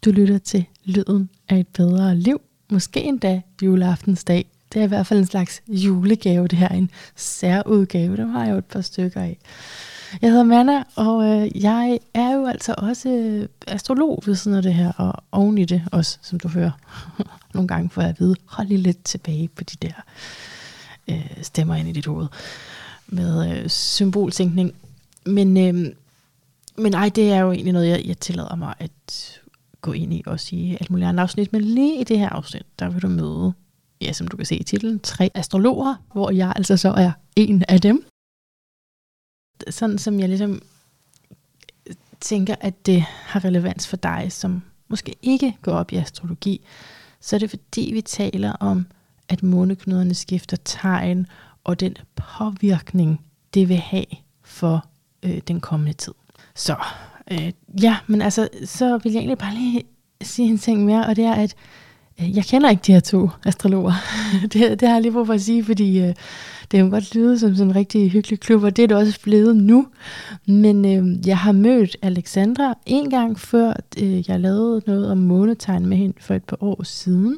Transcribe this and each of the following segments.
Du lytter til Lyden af et bedre liv. Måske endda juleaftensdag. Det er i hvert fald en slags julegave. Det her er en særudgave. Dem har jeg jo et par stykker af. Jeg hedder Manna, og jeg er jo altså også astrolog ved siden af det her. Og oven i det også, som du hører. Nogle gange får jeg at vide, hold lige lidt tilbage på de der stemmer ind i dit hoved. Med symboltænkning. Men ej, det er jo egentlig noget, jeg tillader mig at gå ind i også i alt muligt andet afsnit. Men lige i det her afsnit, der vil du møde, ja, som du kan se i titlen, 3 astrologer, hvor jeg altså så er en af dem. Sådan som jeg ligesom tænker, at det har relevans for dig, som måske ikke går op i astrologi, så er det fordi, vi taler om, at måneknuderne skifter tegn, og den påvirkning, det vil have for den kommende tid. Så ja, men altså, så vil jeg egentlig bare lige sige en ting mere, og det er, at jeg kender ikke de her 2 astrologer. det har jeg lige brug for at sige, fordi det kan godt lyde som sådan en rigtig hyggelig klub, og det er det også blevet nu. Men jeg har mødt Alexandra en gang før, jeg lavede noget om månetegn med hende for et par år siden.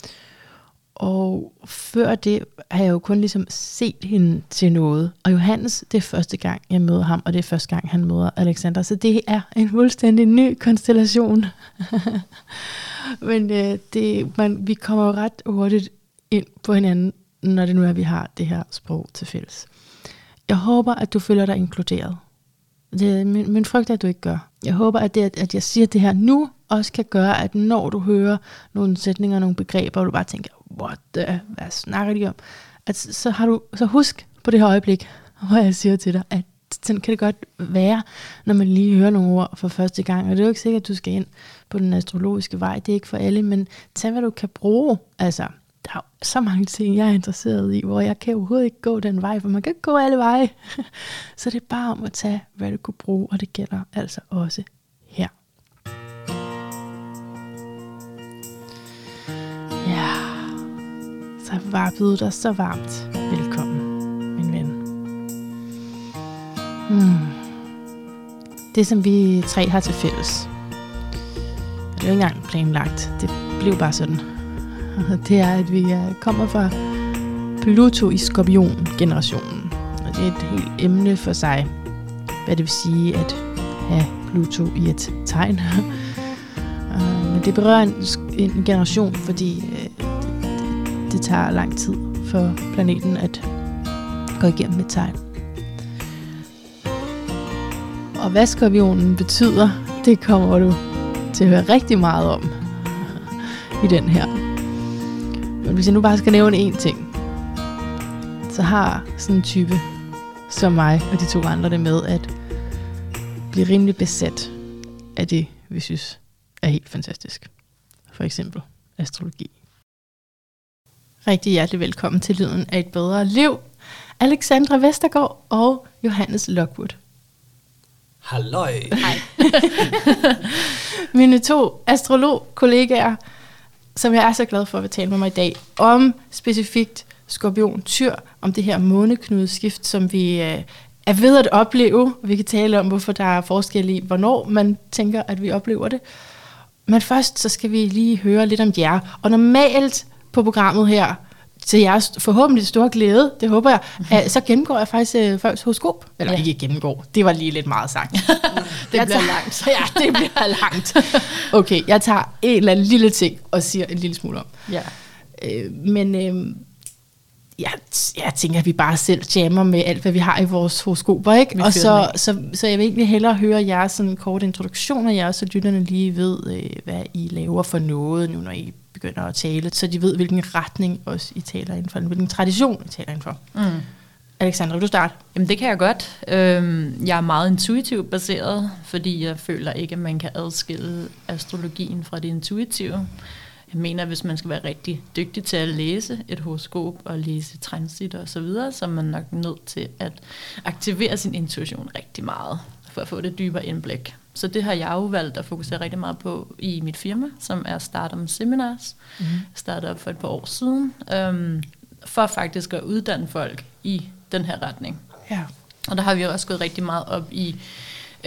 Og før det har jeg jo kun ligesom set hende til noget. Og Johannes, det er første gang, jeg møder ham, og det er første gang, han møder Alexandra. Så det er en fuldstændig ny konstellation. Men vi kommer jo ret hurtigt ind på hinanden, når det nu er, vi har det her sprog til fælles. Jeg håber, at du føler dig inkluderet. Min frygt er, at du ikke gør. Jeg håber, at jeg siger det her nu, også kan gøre, at når du hører nogle sætninger, nogle begreber, og du bare tænker, hvad snakker de om? At så husk på det her øjeblik, hvor jeg siger til dig, at sådan kan det godt være, når man lige hører nogle ord for første gang. Og det er jo ikke sikkert, at du skal ind på den astrologiske vej. Det er ikke for alle, men tag, hvad du kan bruge. Altså, der er jo så mange ting, jeg er interesseret i, hvor jeg kan overhovedet ikke gå den vej, for man kan ikke gå alle veje. Så det er bare om at tage, hvad du kan bruge, og det gælder altså også her. Ja, så var byder dig så varmt velkommen, min ven. Det, som vi 3 har til fælles, det er jo ikke engang planlagt. Det blev bare sådan. Det er, at vi kommer fra Pluto i Skorpion-generationen. Og det er et helt emne for sig, hvad det vil sige at have Pluto i et tegn. Men det berører en generation, fordi det tager lang tid for planeten at gå igennem et tegn. Og hvad skorpionen betyder, det kommer du til at høre rigtig meget om i den her. Men hvis jeg nu bare skal nævne én ting, så har sådan en type som mig og de 2 andre det med at blive rimelig besat af det, vi synes er helt fantastisk. For eksempel astrologi. Rigtig hjertelig velkommen til Lyden af et bedre liv. Alexandra Vestergaard og Johannes Lockwood. Halløj. Hej. Mine 2 astrolog-kollegaer, som jeg er så glad for at tale med mig i dag, om specifikt Skorpion-Tyr, om det her måneknudeskift, som vi er ved at opleve. Vi kan tale om, hvorfor der er forskel i, hvornår man tænker, at vi oplever det. Men først så skal vi lige høre lidt om jer. Og normalt på programmet her, til jeres forhåbentlig store glæde, det håber jeg, så gennemgår jeg faktisk folks horoskop. Eller ikke gennemgår, det var lige lidt meget sagt. Det bliver langt. Ja, det bliver langt. Okay, jeg tager en eller anden lille ting og siger en lille smule om. Ja. Jeg tænker, at vi bare selv jammer med alt, hvad vi har i vores horoskoper, ikke? Og så jeg vil egentlig hellere høre jeres sådan kort introduktion af jer, så lytterne lige ved, hvad I laver for noget, nu når I begynder at tale, så de ved, hvilken retning også I taler indenfor, hvilken tradition I taler indenfor. Alexandra, vil du starte? Jamen det kan jeg godt. Jeg er meget intuitivt baseret, fordi jeg føler ikke, at man kan adskille astrologien fra det intuitive. Jeg mener, at hvis man skal være rigtig dygtig til at læse et horoskop og læse transitter og så videre, så er man nok nødt til at aktivere sin intuition rigtig meget for at få det dybere indblik. Så det har jeg jo valgt at fokusere rigtig meget på i mit firma, som er Stardom Seminars. Jeg startede op for et par år siden, for faktisk at uddanne folk i den her retning. Ja. Og der har vi også gået rigtig meget op i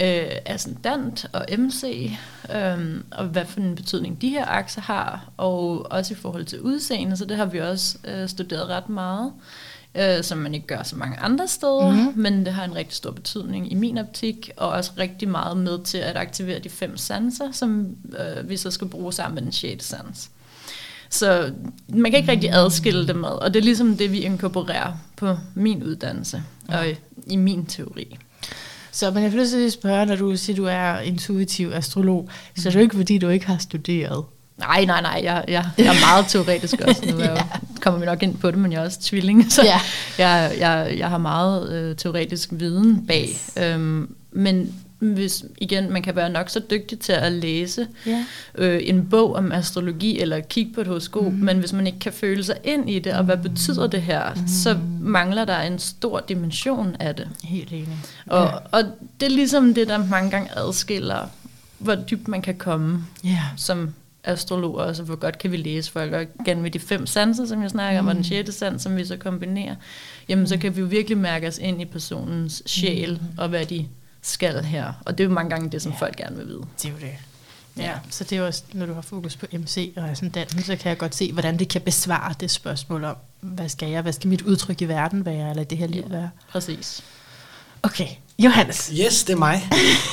ascendant og MC, og hvad for en betydning de her akser har, og også i forhold til udseende, så det har vi også studeret ret meget, som man ikke gør så mange andre steder, men det har en rigtig stor betydning i min optik, og også rigtig meget med til at aktivere de 5 sanser, som vi så skal bruge sammen med den 6. sans. Så man kan ikke rigtig adskille det med, og det er ligesom det, vi inkorporerer på min uddannelse, og i min teori. Så man kan pludselig spørge, når du siger, du er intuitiv astrolog, så er det jo ikke, fordi du ikke har studeret. Nej, jeg er meget teoretisk også. Nu kommer vi nok ind på det, men jeg er også tvilling, så jeg har meget teoretisk viden bag. Men hvis igen, man kan være nok så dygtig til at læse en bog om astrologi, eller kigge på et horoskop, men hvis man ikke kan føle sig ind i det, og hvad betyder det her, så mangler der en stor dimension af det. Helt enig. Og det er ligesom det, der mange gange adskiller, hvor dybt man kan komme som astrologer, altså hvor godt kan vi læse folk, og igen med de 5 sanser, som jeg snakker om, og den 6. sans, som vi så kombinerer, jamen så kan vi jo virkelig mærke os ind i personens sjæl, og hvad de skal her. Og det er jo mange gange det, som folk gerne vil vide. Det er jo det. Ja, så det er også, når du har fokus på MC og ascendanten, så kan jeg godt se, hvordan det kan besvare det spørgsmål om, hvad skal mit udtryk i verden være, eller det her liv være. Præcis. Okay, Johannes. Yes, det er mig.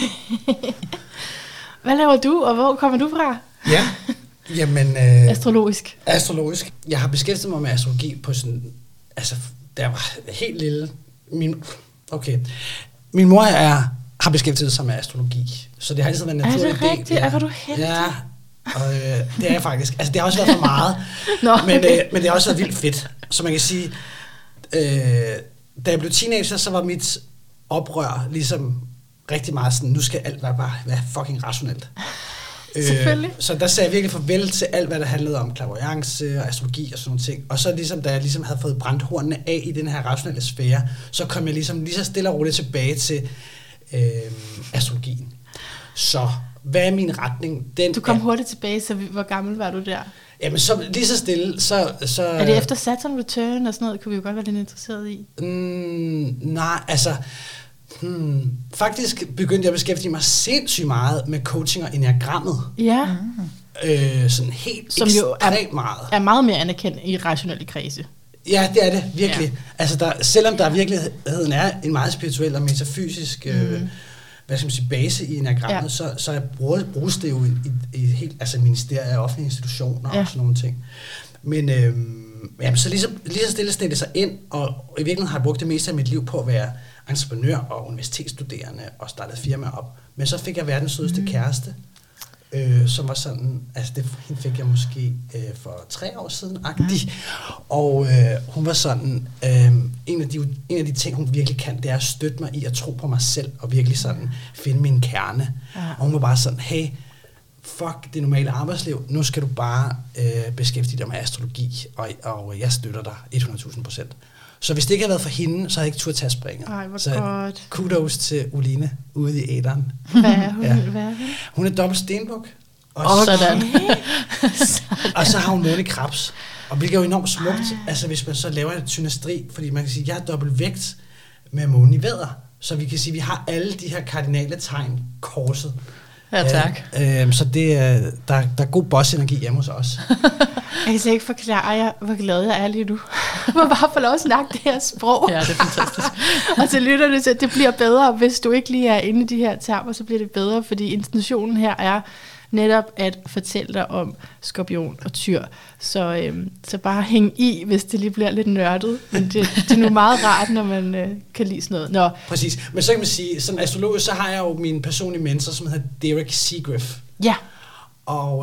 Hvad laver du, og hvor kommer du fra? Ja, jamen... Astrologisk. Astrologisk. Jeg har beskæftiget mig med astrologi på sådan... Altså, da jeg var helt lille... Min mor har beskæftiget sig med astrologi, så det har altid været en naturlig del. Er det rigtigt? Er du heldig? Ja, og det er jeg faktisk. Altså, det har også været for meget, men det har også været vildt fedt. Så man kan sige, da jeg blev teenager, så var mit oprør ligesom rigtig meget sådan, nu skal alt bare være fucking rationelt. Selvfølgelig. Så der sagde jeg virkelig farvel til alt, hvad der handlede om clairvoyance og astrologi og sådan nogle ting. Og så ligesom, da jeg ligesom havde fået brændt hornene af i den her rationelle sfære, så kom jeg ligesom lige så stille og roligt tilbage til astrologien. Så hvad er min retning? Du kom hurtigt tilbage, så hvor gammel var du der? Jamen, så lige så stille, så... Er det efter Saturn Return og sådan noget, kunne vi jo godt være lidt interesseret i? Nej, altså... Faktisk begyndte jeg at beskæftige mig sindssygt meget med coaching og enneagrammet. Ja. Sådan helt som ekstremt meget. Er meget mere anerkendt i rationelle kredse. Ja, det er det, virkelig. Ja. Altså, selvom der i virkeligheden er en meget spirituel og metafysisk hvad skal man sige, base i enneagrammet, så bruges det jo i helt, altså ministerier og offentlige institutioner og sådan nogle ting. Men så lige så stille stille sig ind, og i virkeligheden har jeg brugt det meste af mit liv på at være entreprenør og universitetsstuderende og startede firma op. Men så fik jeg verdens sødeste kæreste, som var sådan, altså hende fik jeg måske for 3 år siden-agtig, og hun var sådan, en af de ting, hun virkelig kan, det er at støtte mig i at tro på mig selv, og virkelig sådan finde min kerne. Og hun var bare sådan, hey, fuck det normale arbejdsliv, nu skal du bare beskæftige dig med astrologi, og jeg støtter dig 100.000%. Så hvis det ikke havde været for hende, så havde jeg ikke turde tage springet. Ej, hvor så godt. Kudos til Oline ude i æderen. Hvad er hun? Hvad er hun? Hun er dobbelt stenbuk. Sådan. Og så har hun måne Krebs. Og hvilket er jo enormt smukt, altså hvis man så laver et synastri, fordi man kan sige, at jeg har dobbelt vægt med månen i vædder. Så vi kan sige, at vi har alle de her kardinale tegn korset. Ja, tak. Så der er god boss-energi hjemme hos os. Jeg kan slet ikke forklare, hvor glad jeg er lige nu. Jeg må bare få lov at snakke det her sprog. Ja, det er fantastisk. Og til lytterne, så det bliver bedre, hvis du ikke lige er inde i de her termer, så bliver det bedre, fordi intentionen her er netop at fortælle dig om skorpion og tyr. Så bare hæng i, hvis det lige bliver lidt nørdet. Men det er nu meget rart, når man kan lide sådan noget. Nå. Præcis. Men så kan man sige, sådan astrologisk, så har jeg jo min personlige mentor, som hedder Derek Seagriff. Ja. Og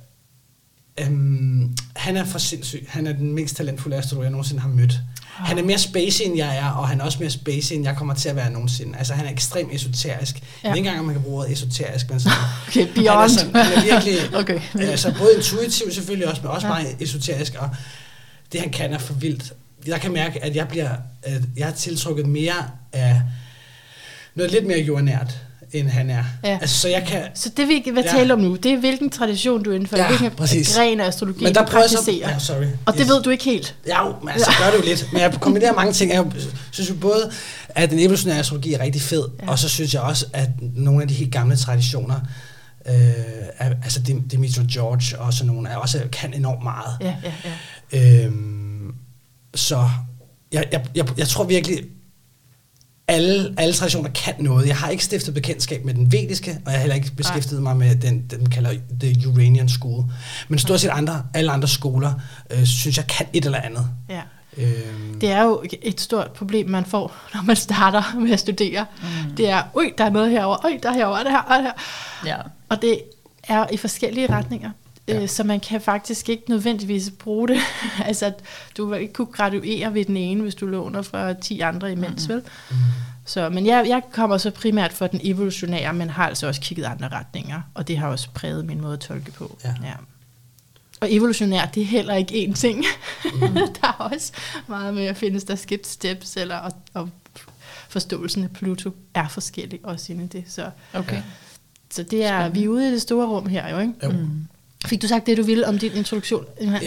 han er for sindssyg. Han er den mest talentfulde astrolog, jeg nogensinde har mødt. Han er mere spacey, end jeg er, og han er også mere spacey, end jeg kommer til at være nogensinde. Altså, han er ekstremt esoterisk. Ja. Jeg ved ikke engang, om man kan bruge ordet esoterisk, men sådan... Okay, beyond. Han er virkelig... Okay. Altså, både intuitiv selvfølgelig også, men også meget esoterisk, og det, han kan, er for vildt. Jeg kan mærke, at jeg har tiltrukket mere af noget lidt mere jordnært, end han er. Ja. Altså, så jeg kan... Så det vi vil tale om nu, det er hvilken tradition du indfører, hvilken gren af astrologi du praktiserer. Ja, sorry. Og det ved du ikke helt. Ja, men altså gør det jo lidt. Men jeg kombinerer mange ting. Jeg synes jo både, at den evolutionære astrologi er rigtig fed, og så synes jeg også, at nogle af de helt gamle traditioner, altså Dimitri George og sådan nogle, også kan enormt meget. Ja. Så jeg tror virkelig, alle traditioner kan noget. Jeg har ikke stiftet bekendtskab med den vediske, og jeg har heller ikke beskæftiget mig med den kalder The Uranian School. Men stort set alle andre skoler, synes jeg kan et eller andet. Ja. Det er jo et stort problem, man får, når man starter med at studere. Det er, der er noget herovre, der er herovre, det her, og det her. Ja. Og det er i forskellige retninger. Så man kan faktisk ikke nødvendigvis bruge det. Altså, du vil ikke kunne graduere ved den ene, hvis du låner fra 10 andre imens, vel? Så, men jeg kommer så primært for den evolutionære, men har altså også kigget andre retninger, og det har også præget min måde at tolke på. Ja. Og evolutionær, det er heller ikke én ting. Der er også meget med at findes der skip steps, eller og forståelsen af Pluto er forskellig også inde i det. Så, så det er, vi er ude i det store rum her jo, ikke? Jo. Fik du sagt det, du ville om din introduktion? Ja, nej,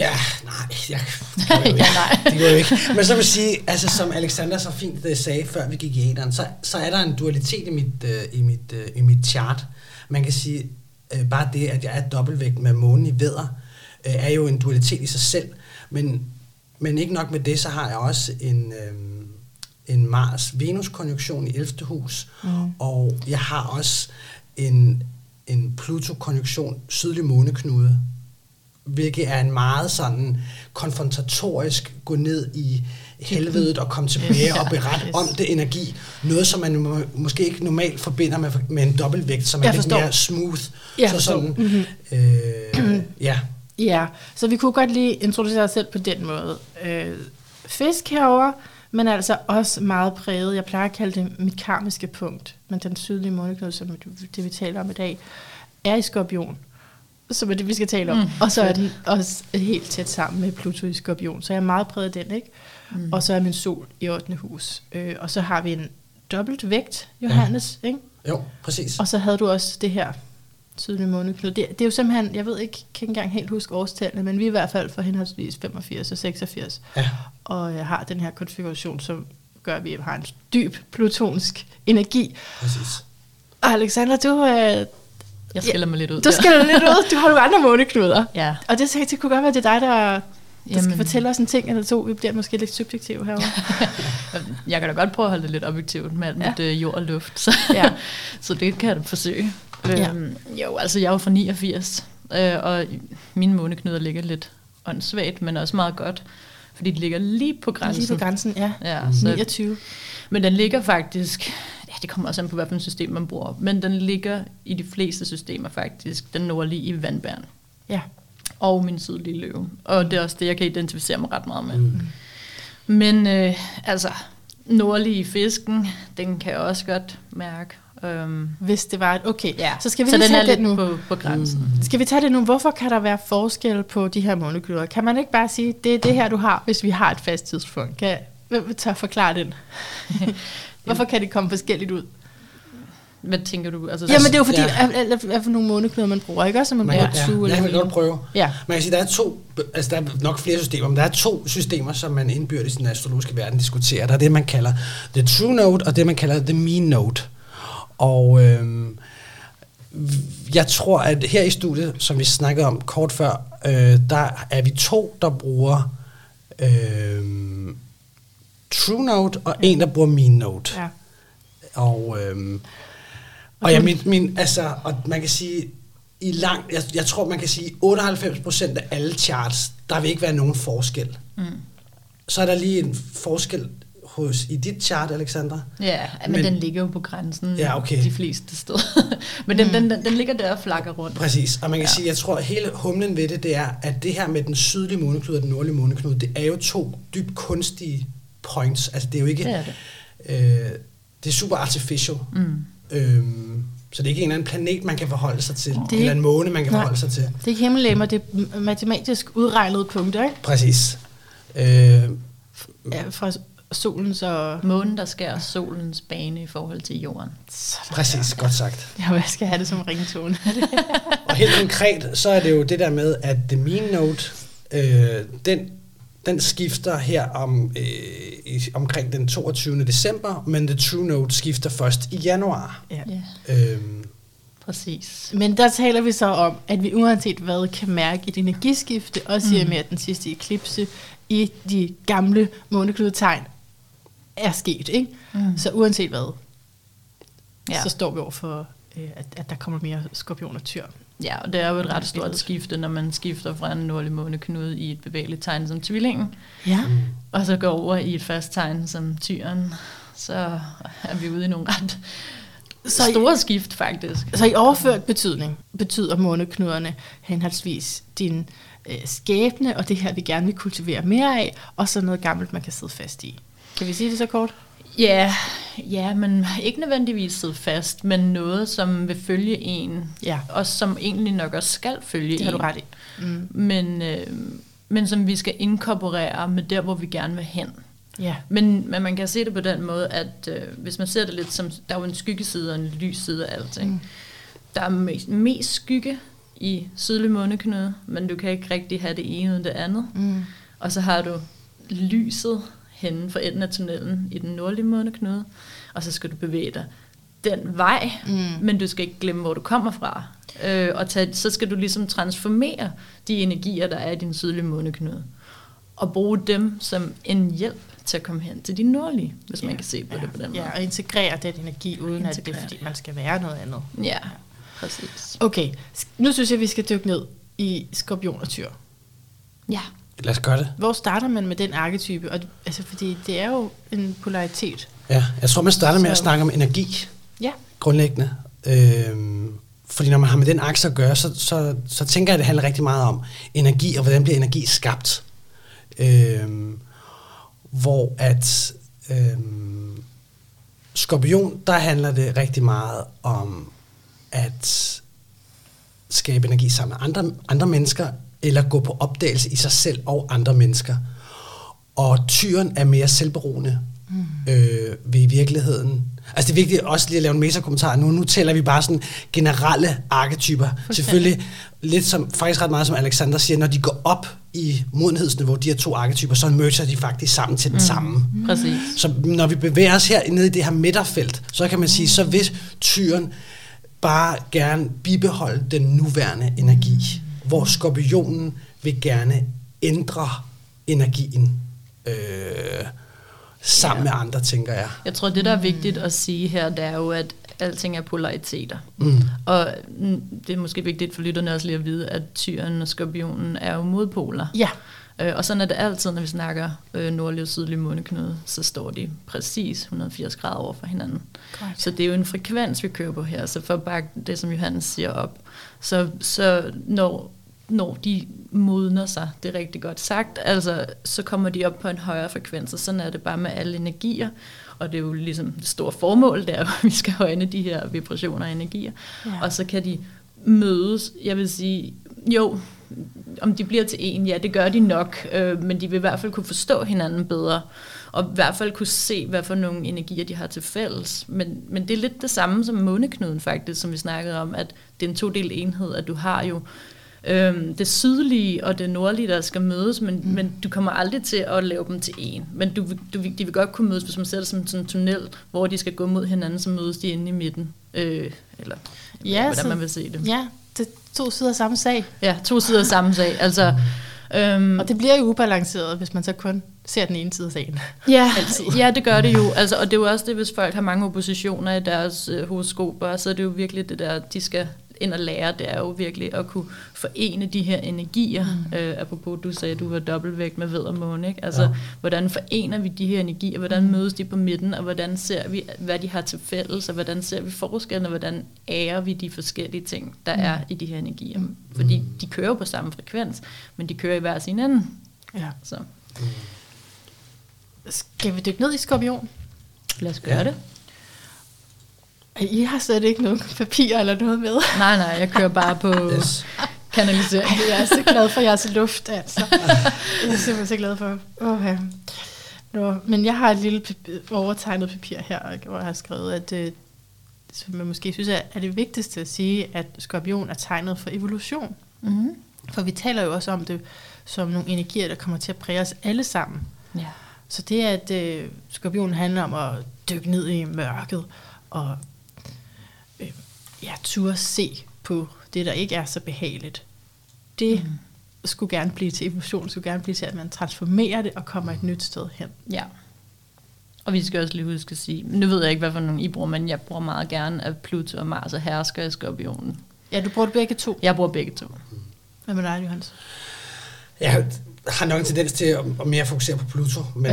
det går jo ikke. Men så vil jeg sige, altså som Alexander så fint sagde, før vi gik i æteren, så er der en dualitet i mit chart. Man kan sige, bare det, at jeg er dobbeltvægt med månen i vædder, er jo en dualitet i sig selv. Men ikke nok med det, så har jeg også en Mars-Venus-konjunktion i 11. hus, og jeg har også en Pluto-konjunktion, sydlig måneknude, hvilket er en meget sådan konfrontatorisk gå ned i helvedet og komme tilbage og berette om det energi. Noget, som man måske ikke normalt forbinder med en dobbeltvægt, som er lidt mere smooth. Så sådan, Ja, så vi kunne godt lige introducere os selv på den måde. Fisk herover, men altså også meget præget. Jeg plejer at kalde det mit karmiske punkt, men den sydlige måneknude, som det vi taler om i dag, er i Skorpion, som er det, vi skal tale om. Og så er den også helt tæt sammen med Pluto i Skorpion, så jeg er meget præget af den, ikke? Og så er min sol i 8. hus. Og så har vi en dobbelt vægt, Johannes, ikke? Jo, præcis. Og så havde du også det her sydlige måneknude. Det er jo simpelthen, jeg ved ikke, kan ikke engang helt huske årstallene, men vi er i hvert fald for henholdsvis 85 og 86. Ja. Og jeg har den her konfiguration, som gør, at vi har en dyb plutonsk energi. Præcis. Og Alexander, du... Jeg skiller mig lidt ud. Du skiller lidt ud. Du har jo andre måneknuder. Ja. Og det kunne godt være, det er dig, der skal fortælle os en ting eller to. Vi bliver måske lidt subjektive herovre. Jeg kan da godt prøve at holde det lidt objektivt med alt mit jord og luft. Så, så det kan jeg da forsøge. Jo, altså jeg er jo fra 89, og mine måneknuder ligger lidt åndssvagt, men også meget godt, fordi de ligger lige på grænsen. Lige på grænsen, ja. Så, 29. Men den ligger faktisk, det kommer også an på, hvilket system man bruger, men den ligger i de fleste systemer faktisk, den nordlige i vandbæren. Ja. Og min sydlige løve. Og det er også det, jeg kan identificere mig ret meget med. Men altså, nordlige i fisken, den kan jeg også godt mærke. Hvis det var okay. Ja. Så skal vi lige tage det nu. På grænsen. Skal vi tage det nu? Hvorfor kan der være forskel på de her måneknuder? Kan man ikke bare sige, det er det her, du har, hvis vi har et fast tidspunkt? Hvem vil tage forklare den? Hvorfor kan det komme forskelligt ud? Hvad tænker du? Altså, jamen det er jo fordi, hvad for nogle måneknuder man bruger, ikke også? Man kan godt prøve. Ja. Man kan sige, der er nok flere systemer, men der er 2 systemer, som man indbyrdes i den astrologiske verden diskuterer. Der er det, man kalder the true node, og det, man kalder the mean node. Og jeg tror, at her i studiet, som vi snakkede om kort før, der er vi 2, der bruger true node, og en, der bruger mean node. Ja. Og man kan sige, jeg tror, man kan sige, 98% af alle charts, der vil ikke være nogen forskel. Så er der lige en forskel i dit chart, Alexandra. Ja, men den ligger jo på grænsen de fleste steder. Men den ligger der og flakker rundt. Præcis, og man kan sige, jeg tror, at hele humlen ved det er, at det her med den sydlige måneknude og den nordlige måneknude, det er jo 2 dybt kunstige points. Altså det er jo ikke... Det er det. Det er super artificial. Så det er ikke en eller anden planet, man kan forholde sig til. Eller en måne, man kan forholde sig til. Det er ikke himmellemmer, det er matematisk udregnet punkter, ikke? Præcis. Fra solens og... Månen, der skærer solens bane i forhold til jorden. Præcis, godt sagt. Ja, hvad skal jeg have det som ringtone? Og helt konkret, så er det jo det der med, at The Mean Note, den skifter her omkring den 22. december, men The True Note skifter først i januar. Ja. Præcis. Men der taler vi så om, at vi uanset hvad kan mærke et energiskifte, også i og med at den sidste eklipse i de gamle måneknudetegn er sket, ikke? Så uanset hvad, så står vi over for, at der kommer mere skorpion og tyr. Ja, og det er jo et ret stort skifte, når man skifter fra en nordlig måneknude i et bevægeligt tegn som tvillingen, og så går over i et fast tegn som tyren, så er vi ude i nogle ret store skift faktisk. Så i overført betydning betyder måneknuderne henholdsvis din skæbne, og det her vi gerne vil kultivere mere af, og så noget gammelt, man kan sidde fast i. Kan vi sige det så kort? Ja, men ikke nødvendigvis sidde fast, men noget, som vil følge en, og som egentlig nok også skal følge en. Det har du ret i. Men som vi skal inkorporere med der, hvor vi gerne vil hen. Ja. Men man kan se det på den måde, at hvis man ser det lidt som, der er jo en skyggeside og en lys side af alting. Der er mest skygge i sydlig måneknude, men du kan ikke rigtig have det ene uden det andet. Og så har du lyset henne for enden af tunnelen i den nordlige måneknude, og så skal du bevæge dig den vej, men du skal ikke glemme, hvor du kommer fra. Og så skal du ligesom transformere de energier, der er i din sydlige måneknude, og bruge dem som en hjælp til at komme hen til de nordlige, hvis man kan se på det på den måde. Ja, og integrere den energi, uden at det er, fordi man skal være noget andet. Ja, præcis. Okay, nu synes jeg, vi skal dykke ned i skorpion og tyr. Ja. Lad os gøre det. Hvor starter man med den arketype? Og, altså, fordi det er jo en polaritet. Ja, jeg tror, man starter med at snakke om energi, grundlæggende. Fordi når man har med den akse at gøre, så tænker jeg, at det handler rigtig meget om energi, og hvordan bliver energi skabt. Hvor at skorpion, der handler det rigtig meget om at skabe energi sammen med andre mennesker, eller gå på opdagelse i sig selv og andre mennesker. Og tyren er mere selvberoende ved i virkeligheden. Altså det er vigtigt også lige at lave en metakommentar. Nu tæller vi bare sådan generelle arketyper. Selvfølgelig lidt som, faktisk ret meget som Alexander siger, når de går op i modenhedsniveau, de her to arketyper, så merger de faktisk sammen til den samme. Præcis. Så når vi bevæger os her nede i det her midterfelt, så kan man sige, så hvis tyren bare gerne bibeholde den nuværende energi, hvor skorpionen vil gerne ændre energien sammen med andre, tænker jeg. Jeg tror, det der er vigtigt at sige her, det er jo, at alting er polariteter. Og det er måske vigtigt for lytterne også lige at vide, at tyren og skorpionen er jo modpoler. Ja. Og sådan er det altid, når vi snakker nordlig og sydlig måneknude, så står de præcis 180 grader over for hinanden. Correct. Så det er jo en frekvens, vi kører på her. Så for at bakke det, som Johannes siger op, så når de modner sig, det er rigtig godt sagt, altså så kommer de op på en højere frekvens, og sådan er det bare med alle energier, og det er jo ligesom det store formål, der at vi skal højne de her vibrationer og energier, og så kan de mødes, jeg vil sige, jo, om de bliver til en, ja, det gør de nok, men de vil i hvert fald kunne forstå hinanden bedre, og i hvert fald kunne se, hvad for nogle energier de har til fælles. Men det er lidt det samme som måneknuden faktisk, som vi snakkede om, at det er en todelt enhed, at du har jo det sydlige og det nordlige, der skal mødes, men du kommer aldrig til at lave dem til en. Men de vil godt kunne mødes, hvis man ser det som sådan en tunnel, hvor de skal gå mod hinanden, så mødes de inde i midten. Eller hvordan man vil se det. Ja, det er to sider af samme sag. Ja, to sider af samme sag. Altså, og det bliver jo ubalanceret, hvis man så kun ser den ene side af sagen. Ja, det gør det jo. Altså, og det er jo også det, hvis folk har mange oppositioner i deres horoskoper, så er det jo virkelig det der, de skal ind og lære, det er jo virkelig at kunne forene de her energier. Apropos, du sagde, at du var dobbeltvægt med ved og måne, ikke? Altså, hvordan forener vi de her energier? Hvordan mødes de på midten? Og hvordan ser vi, hvad de har til fælles? Og hvordan ser vi forskellen? Og hvordan ærer vi de forskellige ting, der er i de her energier? Fordi de kører på samme frekvens, men de kører i hver sin ende. Ja. Så. Skal vi dykke ned i skorpion? Lad os gøre det. I har slet ikke nogen papir eller noget med. Nej, jeg kører bare på kanalisering. Jeg er så glad for jeres luft, altså. Jeg er simpelthen så glad for. Men jeg har et lille overtegnet papir her, hvor jeg har skrevet, at som man måske synes er det vigtigste at sige, at skorpion er tegnet for evolution. Mm-hmm. For vi taler jo også om det som nogle energier, der kommer til at præge os alle sammen. Ja. Så det, at skorpionen handler om at dykke ned i mørket, og turde se på det, der ikke er så behageligt, det skulle gerne blive til evolution, skulle gerne blive til, at man transformerer det og kommer et nyt sted hen. Ja. Og vi skal også lige huske at sige, nu ved jeg ikke, hvad for nogle I bruger, men jeg bruger meget gerne, at Pluto og Mars er hersker i skorpionen. Ja, du bruger begge to? Jeg bruger begge to. Hvad med dig, Johannes? Jeg har nok en tendens til at mere fokusere på Pluto, men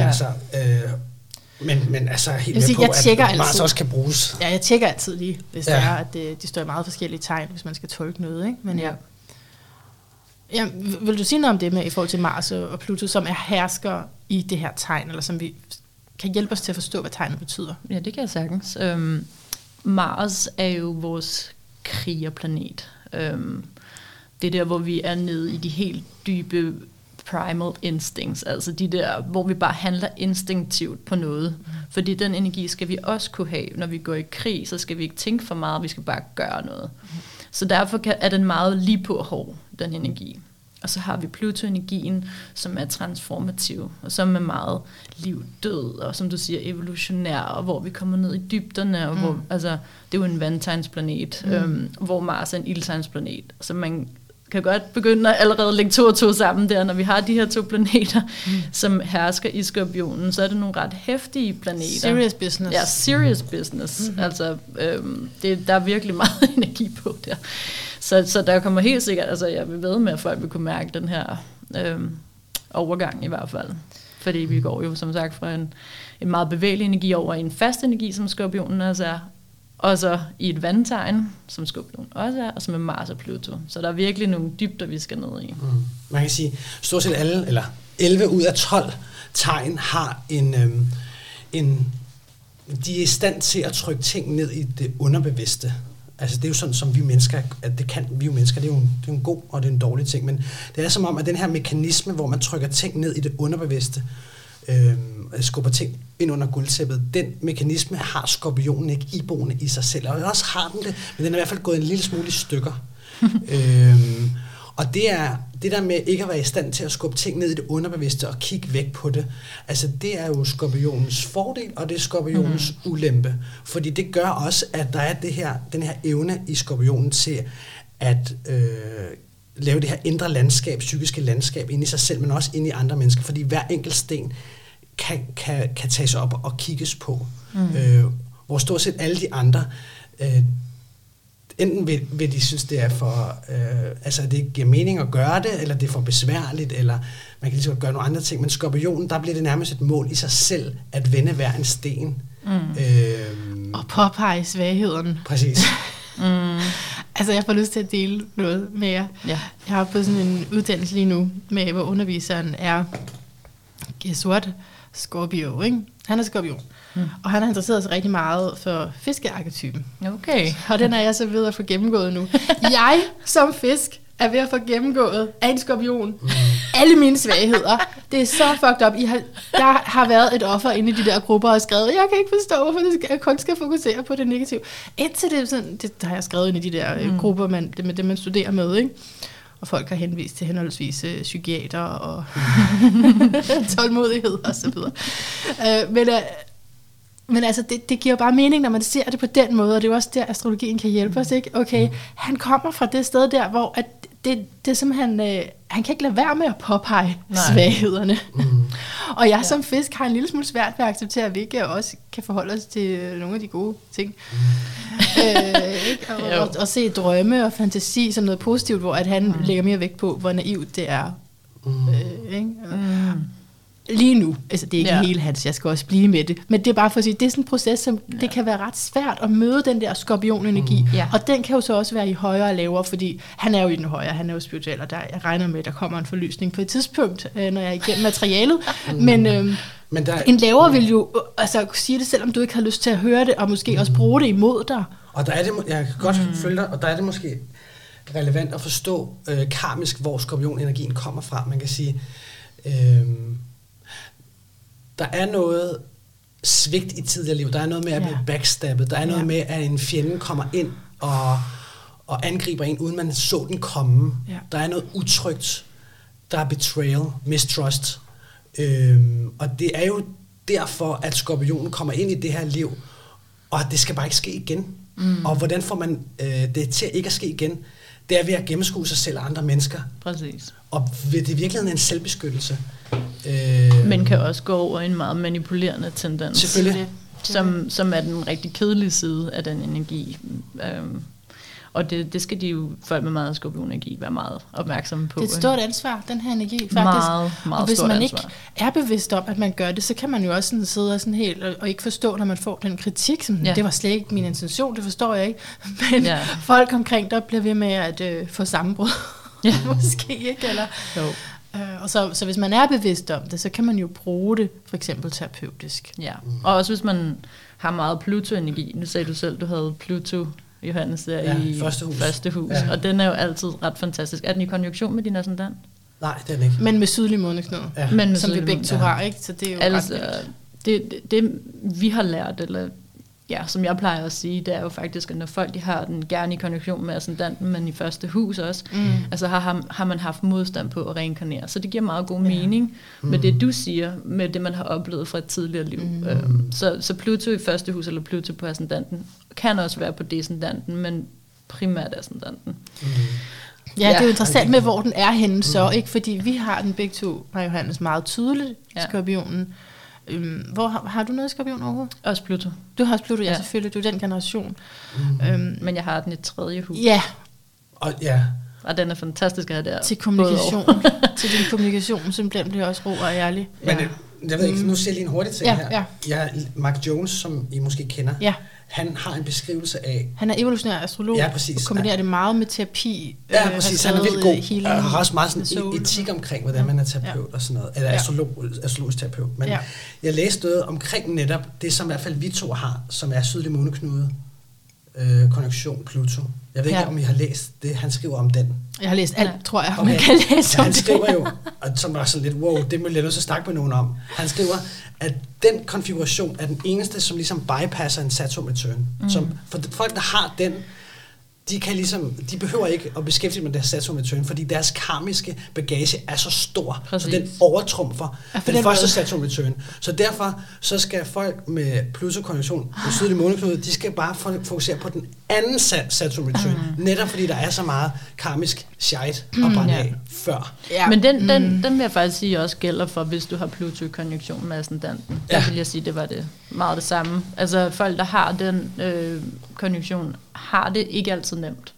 men altså helt med på, at Mars også kan bruges. Ja, jeg tjekker altid lige, hvis det er, at de står i meget forskellige tegn, hvis man skal tolke noget, ikke? Men ja, vil du sige noget om det med i forhold til Mars og Pluto, som er hersker i det her tegn, eller som vi kan hjælpe os til at forstå, hvad tegnet betyder? Ja, det kan jeg sagtens. Mars er jo vores krigerplanet. Det er der, hvor vi er nede i de helt dybe primal instincts, altså de der, hvor vi bare handler instinktivt på noget. Fordi den energi skal vi også kunne have. Når vi går i krig, så skal vi ikke tænke for meget, vi skal bare gøre noget. Så derfor er den meget lige på hård, den energi. Og så har vi Pluto-energien, som er transformativ, og som er meget liv-død, og som du siger, evolutionær, og hvor vi kommer ned i dybderne, og hvor, altså, det er jo en vandtegnsplanet, hvor Mars er en ildtegnsplanet. Så man kan godt begynde at allerede lægge 2 og 2 sammen der, når vi har de her 2 planeter, som hersker i skorpionen, så er det nogle ret heftige planeter. Serious business. Ja, serious business. Altså, der er virkelig meget energi på der. Så der kommer helt sikkert, altså jeg vil ved med, at folk vil kunne mærke den her overgang i hvert fald. Fordi vi går jo som sagt fra en meget bevægelig energi over i en fast energi, som skorpionen også er, og så i et vandtegn, som skorpionen også er, og som er Mars og Pluto. Så der er virkelig nogle dybder, vi skal ned i. Man kan sige, stort set alle, eller 11 ud af 12 tegn har de er i stand til at trykke ting ned i det underbevidste. Altså det er jo sådan, som vi mennesker, at det kan vi jo mennesker, det er jo en god og det er en dårlig ting, men det er som om, at den her mekanisme, hvor man trykker ting ned i det underbevidste, skubber ting ind under guldtæppet, den mekanisme har skorpionen ikke iboende i sig selv, og også har den det, men den er i hvert fald gået en lille smule i stykker. Og det er det der med ikke at være i stand til at skubbe ting ned i det underbevidste og kigge væk på det, altså det er jo skorpionens fordel, og det er skorpionens ulempe. Fordi det gør også, at der er den her evne i skorpionen til at lave det her indre landskab, psykiske landskab inde i sig selv, men også inde i andre mennesker, fordi hver enkelt sten kan tages op og kigges på. Hvor stort set alle de andre enten vil de synes, det er for, altså det ikke giver mening at gøre det, eller det er for besværligt, eller man kan lige så godt gøre nogle andre ting, men skorpionen, der bliver det nærmest et mål i sig selv, at vende hver en sten. Og påpege svagheden. Præcis. Altså jeg får lyst til at dele noget med jer. Ja. Jeg har på sådan en uddannelse lige nu, med hvor underviseren er Scorpio, ikke? Han er skorpion. Og han har interesseret sig rigtig meget for fiskearketypen. Okay. Og den er jeg så ved at få gennemgået nu. Jeg som fisk er ved at få gennemgået af en skorpion. Alle mine svagheder. Det er så fucked up. Der har været et offer inde i de der grupper og skrevet, jeg kan ikke forstå, hvorfor jeg kun skal fokusere på det negative. Indtil det, sådan, det har jeg skrevet ind i de der grupper, med det man studerer med, ikke? Og folk har henvist til henholdsvis psykiater og tålmodighed og så videre. Men altså, det giver bare mening, når man ser det på den måde, og det er jo også der, astrologien kan hjælpe os, ikke? Okay, han kommer fra det sted der, hvor at det simpelthen, han kan ikke lade være med at påpege svaghederne. Og jeg som fisk har en lille smule svært ved at acceptere, at vi ikke også kan forholde os til nogle af de gode ting. Og se drømme og fantasi som noget positivt, hvor at han lægger mere vægt på, hvor naivt det er. Lige nu, altså det er ikke hele hans, jeg skal også blive med det, men det er bare for at sige, det er sådan en proces, som det kan være ret svært at møde den der skorpionenergi, og den kan jo så også være i højere og lavere, fordi han er jo i den højere, han er jo spirituel, og jeg regner med, at der kommer en forløsning på et tidspunkt, når jeg er igennem materialet, men en lavere vil jo altså sige det, selvom du ikke har lyst til at høre det, og måske også bruge det imod dig. Og der er det, jeg kan godt følge dig, og der er det måske relevant at forstå karmisk, hvor skorpionenergien kommer fra. Man kan sige, der er noget svigt i tidligere liv. Der er noget med at blive backstabbet. Der er noget med, at en fjende kommer ind og angriber en, uden man så den komme. Ja. Der er noget utrygt. Der er betrayal, mistrust. Og det er jo derfor, at skorpionen kommer ind i det her liv, og det skal bare ikke ske igen. Og hvordan får man det til ikke at ske igen? Det er ved at gennemskue sig selv og andre mennesker. Præcis. Og det er i virkeligheden en selvbeskyttelse. Men kan også gå over en meget manipulerende tendens. Selvfølgelig. Som er den rigtig kedelige side af den energi. Og det skal de jo, folk med meget skorpionenergi, være meget opmærksomme på. Det er et stort ansvar, den her energi, faktisk. Meget og hvis man ansvar. ikke er bevidst om, at man gør det, så kan man jo også sådan sidde og, sådan helt, og ikke forstå, når man får den kritik, som det var slet ikke min intention, det forstår jeg ikke. Men folk omkring der bliver ved med at få sammenbrud. Måske ikke, eller... Jo. Og så hvis man er bevidst om det, så kan man jo bruge det, for eksempel terapeutisk. Ja, og også hvis man har meget Pluto-energi. Nu sagde du selv, du havde Pluto, Johannes, der i første hus. Ja. Og den er jo altid ret fantastisk. Er den i konjunktion med din ascendant? Nej, det er den ikke. Men med sydlig måneknude, som vi begge to har, ikke? Så det er jo altså, det vi har lært, eller som jeg plejer at sige, det er jo faktisk, at når folk de har den gerne i konjunktion med ascendanten, men i første hus også, altså har man haft modstand på at reinkarnere. Så det giver meget god mening med det, du siger, med det, man har oplevet fra et tidligere liv. Så Pluto i første hus, eller Pluto på ascendanten, kan også være på descendanten, men primært ascendanten. Ja, det er jo interessant med, hvor den er henne så, ikke? Fordi vi har den begge to, og Johannes, meget tydeligt, skorpionen. Hvor har du noget i skorpion overhovedet? Også Pluto. Du har også Pluto, ja, selvfølgelig. Du er den generation. Men jeg har den i 3. hus. Ja. Og den er fantastisk at have der. Til kommunikation. Til din kommunikation, simpelthen bliver også ro og ærlig. Men jeg ved ikke, nu siger jeg lige en hurtig ting her. Mark Jones, som I måske kender, han har en beskrivelse af... Han er evolutionær astrolog, og kombinerer det meget med terapi. Ja, præcis. Han er vildt god. Og har også meget sådan etik omkring, hvordan man er terapeut og sådan noget. Eller astrologisk terapeut. Men jeg læste noget omkring netop det, som i hvert fald vi to har, som er sydlig måneknude, konjunktion Pluto. Jeg ved ikke, om I har læst det, han skriver om den. Jeg har læst alt, tror jeg, man kan læse om han skriver jo, og som var sådan lidt, wow, det må jeg nødt til at snakke med nogen om. Han skriver, at den konfiguration er den eneste, som ligesom bypasser en Saturn return. Som for folk, der har den, de behøver ikke at beskæftige med deres Saturn return, fordi deres karmiske bagage er så stor, så den overtrumfer den første Saturn return. Så derfor så skal folk med Pluto-konjunktion og sydlig måneknude, de skal bare fokusere på den anden Saturn return, netop fordi der er så meget karmisk shit at brænde af før. Ja. Men den vil jeg faktisk sige også gælder for, hvis du har Pluto-konjunktion med ascendanten. Der vil jeg sige, det var det meget det samme. Altså folk, der har den konjunktion, har det ikke altid nemt.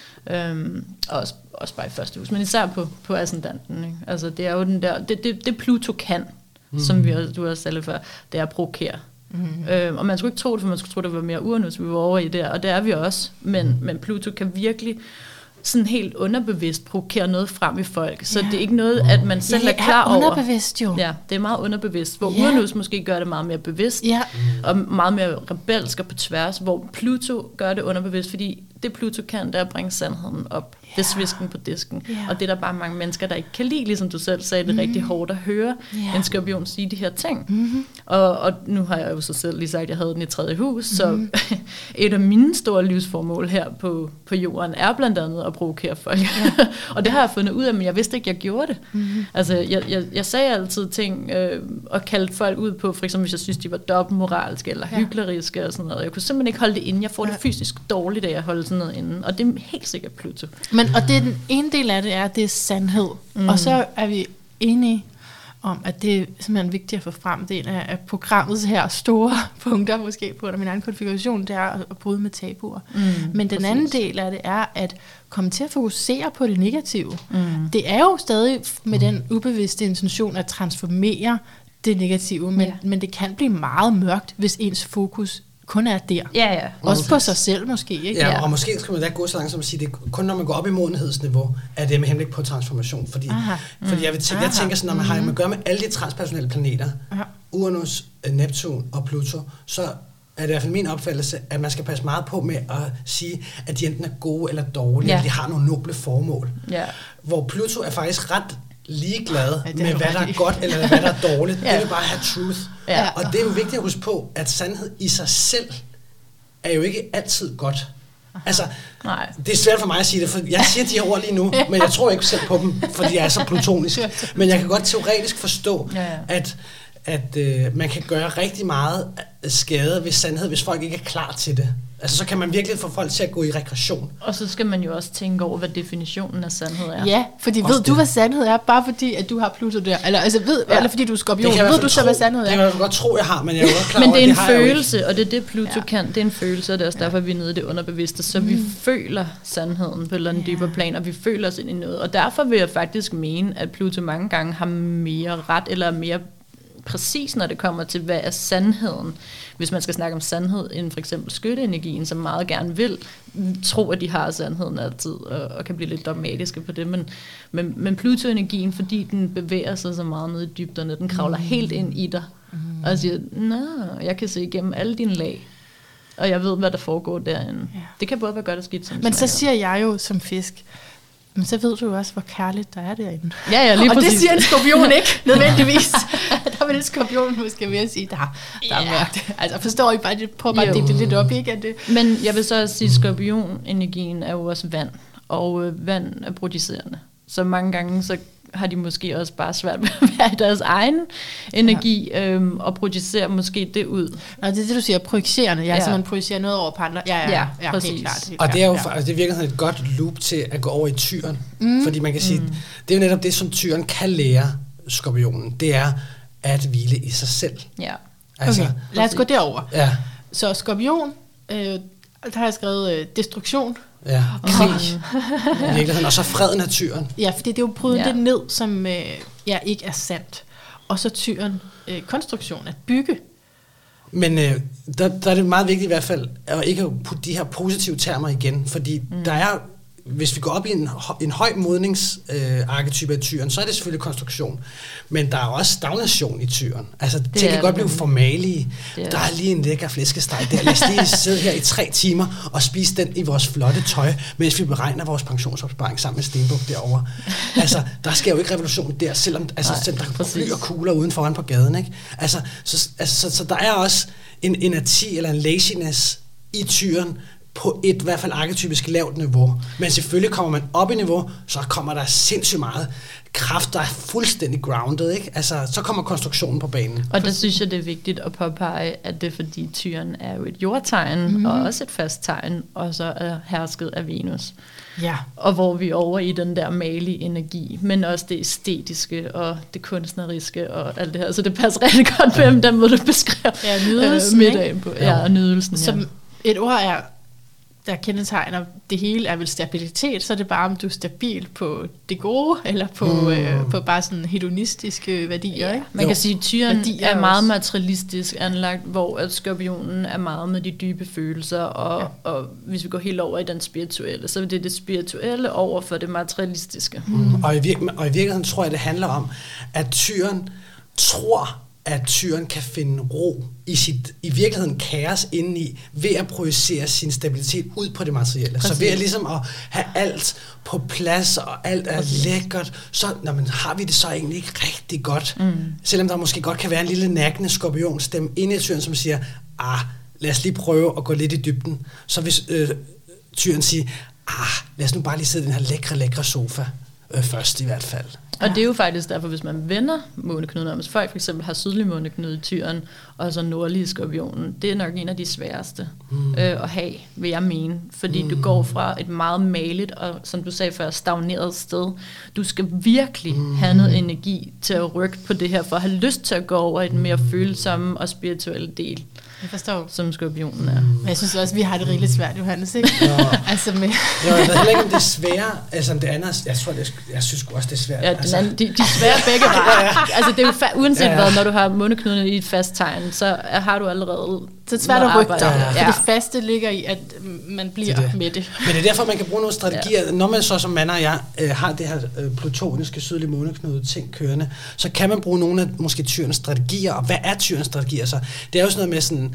Også bare i første hus, men især på ascendanten. Ikke? Altså det er jo den der, det Pluto kan, som du også sagde før, det er at provokere. Og man skulle ikke tro det, for man skulle tro, det var mere Uranus, vi var over i der, og det er vi også. Men Pluto kan virkelig sådan helt underbevidst provokere noget frem i folk. Så det er ikke noget, at man selv er klar over. Underbevidst jo. Ja, det er meget underbevidst. Hvor Uranus måske gør det meget mere bevidst, og meget mere rebelsk og på tværs, hvor Pluto gør det underbevidst, fordi det Pluto kan, det er at bringe sandheden op. Det svisken på disken. Og det er der bare mange mennesker, der ikke kan lide, ligesom du selv sagde, det er rigtig hårdt at høre en skorpion sige de her ting. Og nu har jeg jo så selv lige sagt, at jeg havde den i 3. hus, så et af mine store livsformål her på jorden er blandt andet at provokere folk. Og det har jeg fundet ud af, men jeg vidste ikke, jeg gjorde det. Altså, jeg sagde altid ting og kaldte folk ud på, for eksempel hvis jeg synes, de var dobbeltmoralske eller hykleriske og sådan noget. Jeg kunne simpelthen ikke holde det inde. Jeg får det fysisk dårligt af at holde sådan noget inde. Og det er helt sikkert Pluto. Og det er den ene del af det er sandhed. Og så er vi enige om, at det er simpelthen vigtigt at få frem. Det er en af programmets her store punkter, måske på min egen konfiguration, det er at bryde med tabuer. Men den anden del af det er at komme til at fokusere på det negative. Det er jo stadig med den ubevidste intention at transformere det negative, men det kan blive meget mørkt, hvis ens fokus kun er der. Også på sig selv måske. Ikke? Ja, og måske skal man da gå så langt som at sige, det er kun når man går op i modenhedsniveau, at det er med henblik på transformation. Fordi jeg tænker sådan, når man har at gøre med alle de transpersonelle planeter, Uranus, Neptun og Pluto, så er det i hvert fald min opfattelse, at man skal passe meget på med at sige, at de enten er gode eller dårlige, eller de har nogle noble formål. Hvor Pluto er faktisk ret ligeglad med, hvad der er godt, eller hvad der er dårligt. Det vil bare have truth. Ja. Og det er jo vigtigt at huske på, at sandhed i sig selv er jo ikke altid godt. Altså, det er svært for mig at sige det, for jeg siger de her ord lige nu, men jeg tror ikke selv på dem, fordi jeg er så plutonisk. Men jeg kan godt teoretisk forstå, at man kan gøre rigtig meget skade ved sandhed, hvis folk ikke er klar til det. Altså, så kan man virkelig få folk til at gå i regression. Og så skal man jo også tænke over, hvad definitionen af sandhed er. Ja, fordi ved du, hvad sandhed er, bare fordi, at du har Pluto der? Eller fordi du er skorpion. Ved du så, hvad sandhed er? Det kan jeg godt tro, jeg har, men jeg er jo godt klar men over, det er en det følelse, og det er det, Pluto kan. Det er en følelse, og det er også derfor, vi er nede i det underbevidste. Så vi føler sandheden på et eller andet dybere plan, og vi føler os ind i noget. Og derfor vil jeg faktisk mene, at Pluto mange gange har mere ret, eller mere præcis, når det kommer til, hvad er sandheden. Hvis man skal snakke om sandhed inden for eksempel skytteenergien, som meget gerne vil tro, at de har sandheden altid, og kan blive lidt dogmatiske på det. Men Pluto-energien, fordi den bevæger sig så meget ned i dybderne, den kravler helt ind i dig, og siger, jeg kan se igennem alle dine lag, og jeg ved, hvad der foregår derinde. Ja. Det kan både være godt og skidt. Men så siger jeg jo som fisk, men så ved du jo også, hvor kærligt der er derinde. Ja, lige præcis. Og det siger en skorpion ikke, nødvendigvis. Der vil en skorpion måske mere sige, der er mørkt. Altså, forstår I bare, prøv bare at dele det lidt op, ikke? At det... Men jeg vil så også sige, at skorpion-energien er jo også vand, og vand er producerende. Så mange gange, så har de måske også bare svært ved at være i deres egen energi, og projicere måske det ud. Nå, det er det, du siger, projicerende. Så man projicerer noget over på andre. Ja, præcis. Helt klart. Og det er jo det virker sådan et godt loop til at gå over i tyren. Fordi man kan sige, det er jo netop det, som tyren kan lære skorpionen. Det er at hvile i sig selv. Ja. Altså, okay, lad os gå derover. Ja. Så skorpion, der har jeg skrevet destruktion. Ja, krig. I virkeligheden. Og så freden af tyren. Ja, fordi det er jo brydet det ned, som ikke er sandt. Og så tyren, konstruktion, at bygge. Men der er det meget vigtigt i hvert fald, at ikke putte de her positive termer igen, fordi der er, hvis vi går op i en høj modningsarketype af tyren, så er det selvfølgelig konstruktion. Men der er også stagnation i tyren. Altså, ting kan godt blive formalige. Der er lige en lækker flæskesteg der. Lad os lige sidde her i 3 timer og spise den i vores flotte tøj, mens vi beregner vores pensionsopsparing sammen med Stenbuk derovre. Altså, der sker jo ikke revolution der, selvom der flyr kugler uden foran på gaden. Ikke? Altså, så der er også en inerti eller en laziness i tyren, på et i hvert fald arketypisk lavt niveau. Men selvfølgelig kommer man op i niveau, så kommer der sindssygt meget kraft, der er fuldstændig grounded, ikke? Altså, så kommer konstruktionen på banen. Og der synes jeg, det er vigtigt at påpege, at det er fordi tyren er jo et jordtegn, og også et fast tegn, og så er hersket af Venus. Ja. Og hvor vi er over i den der malige energi, men også det æstetiske og det kunstneriske og alt det her. Så det passer rigtig godt med den måde, du beskrev middagen på. Ja, og nydelsen. Som et ord der kendetegner det hele, er vel stabilitet, så er det bare, om du er stabil på det gode, eller på bare sådan hedonistiske værdier. Ikke? Man kan sige, at tyren er meget materialistisk anlagt, hvor at skorpionen er meget med de dybe følelser, og hvis vi går helt over i den spirituelle, så er det spirituelle over for det materialistiske. Og i virkeligheden tror jeg, det handler om, at tyren tror, at tyren kan finde ro i virkeligheden kaos indeni, ved at projicere sin stabilitet ud på det materielle. Præcis. Så ved at ligesom at have alt på plads, og alt er lækkert, så har vi det så egentlig ikke rigtig godt. Selvom der måske godt kan være en lille nakkende skorpionstemme inde i tyren, som siger, lad os lige prøve at gå lidt i dybden. Så hvis tyren siger, lad os nu bare lige sidde i den her lækre sofa først i hvert fald. Og det er jo faktisk derfor, hvis man vender måneknuden om, hvis folk for eksempel har sydlig måneknude i tyren, og så nordlige skorpionen, det er nok en af de sværeste at have, vil jeg mene. Fordi du går fra et meget maligt, og som du sagde før, stagneret sted. Du skal virkelig have noget energi til at rykke på det her, for at have lyst til at gå over i den mere følsomme og spirituelle del. Jeg forstår. Som skorpionen er. Men jeg synes også, vi har det rigeligt svært, Johannes, ikke? Altså med... jeg ved heller ikke, om det er svære, altså om det andet, jeg synes også, det er svært. Ja, de svære begge veje. Altså det er jo uanset hvad, når du har måneknuden i et fast tegn, så har du allerede... Så det er svært at rykke dig, for det faste ligger i, at man bliver med det. Men det er derfor, man kan bruge nogle strategier. Når man så som mand og jeg har det her plutoniske sydlige måneknude ting kørende, så kan man bruge nogle af måske tyrens strategier. Og hvad er tyrens strategier så? Det er jo sådan noget med sådan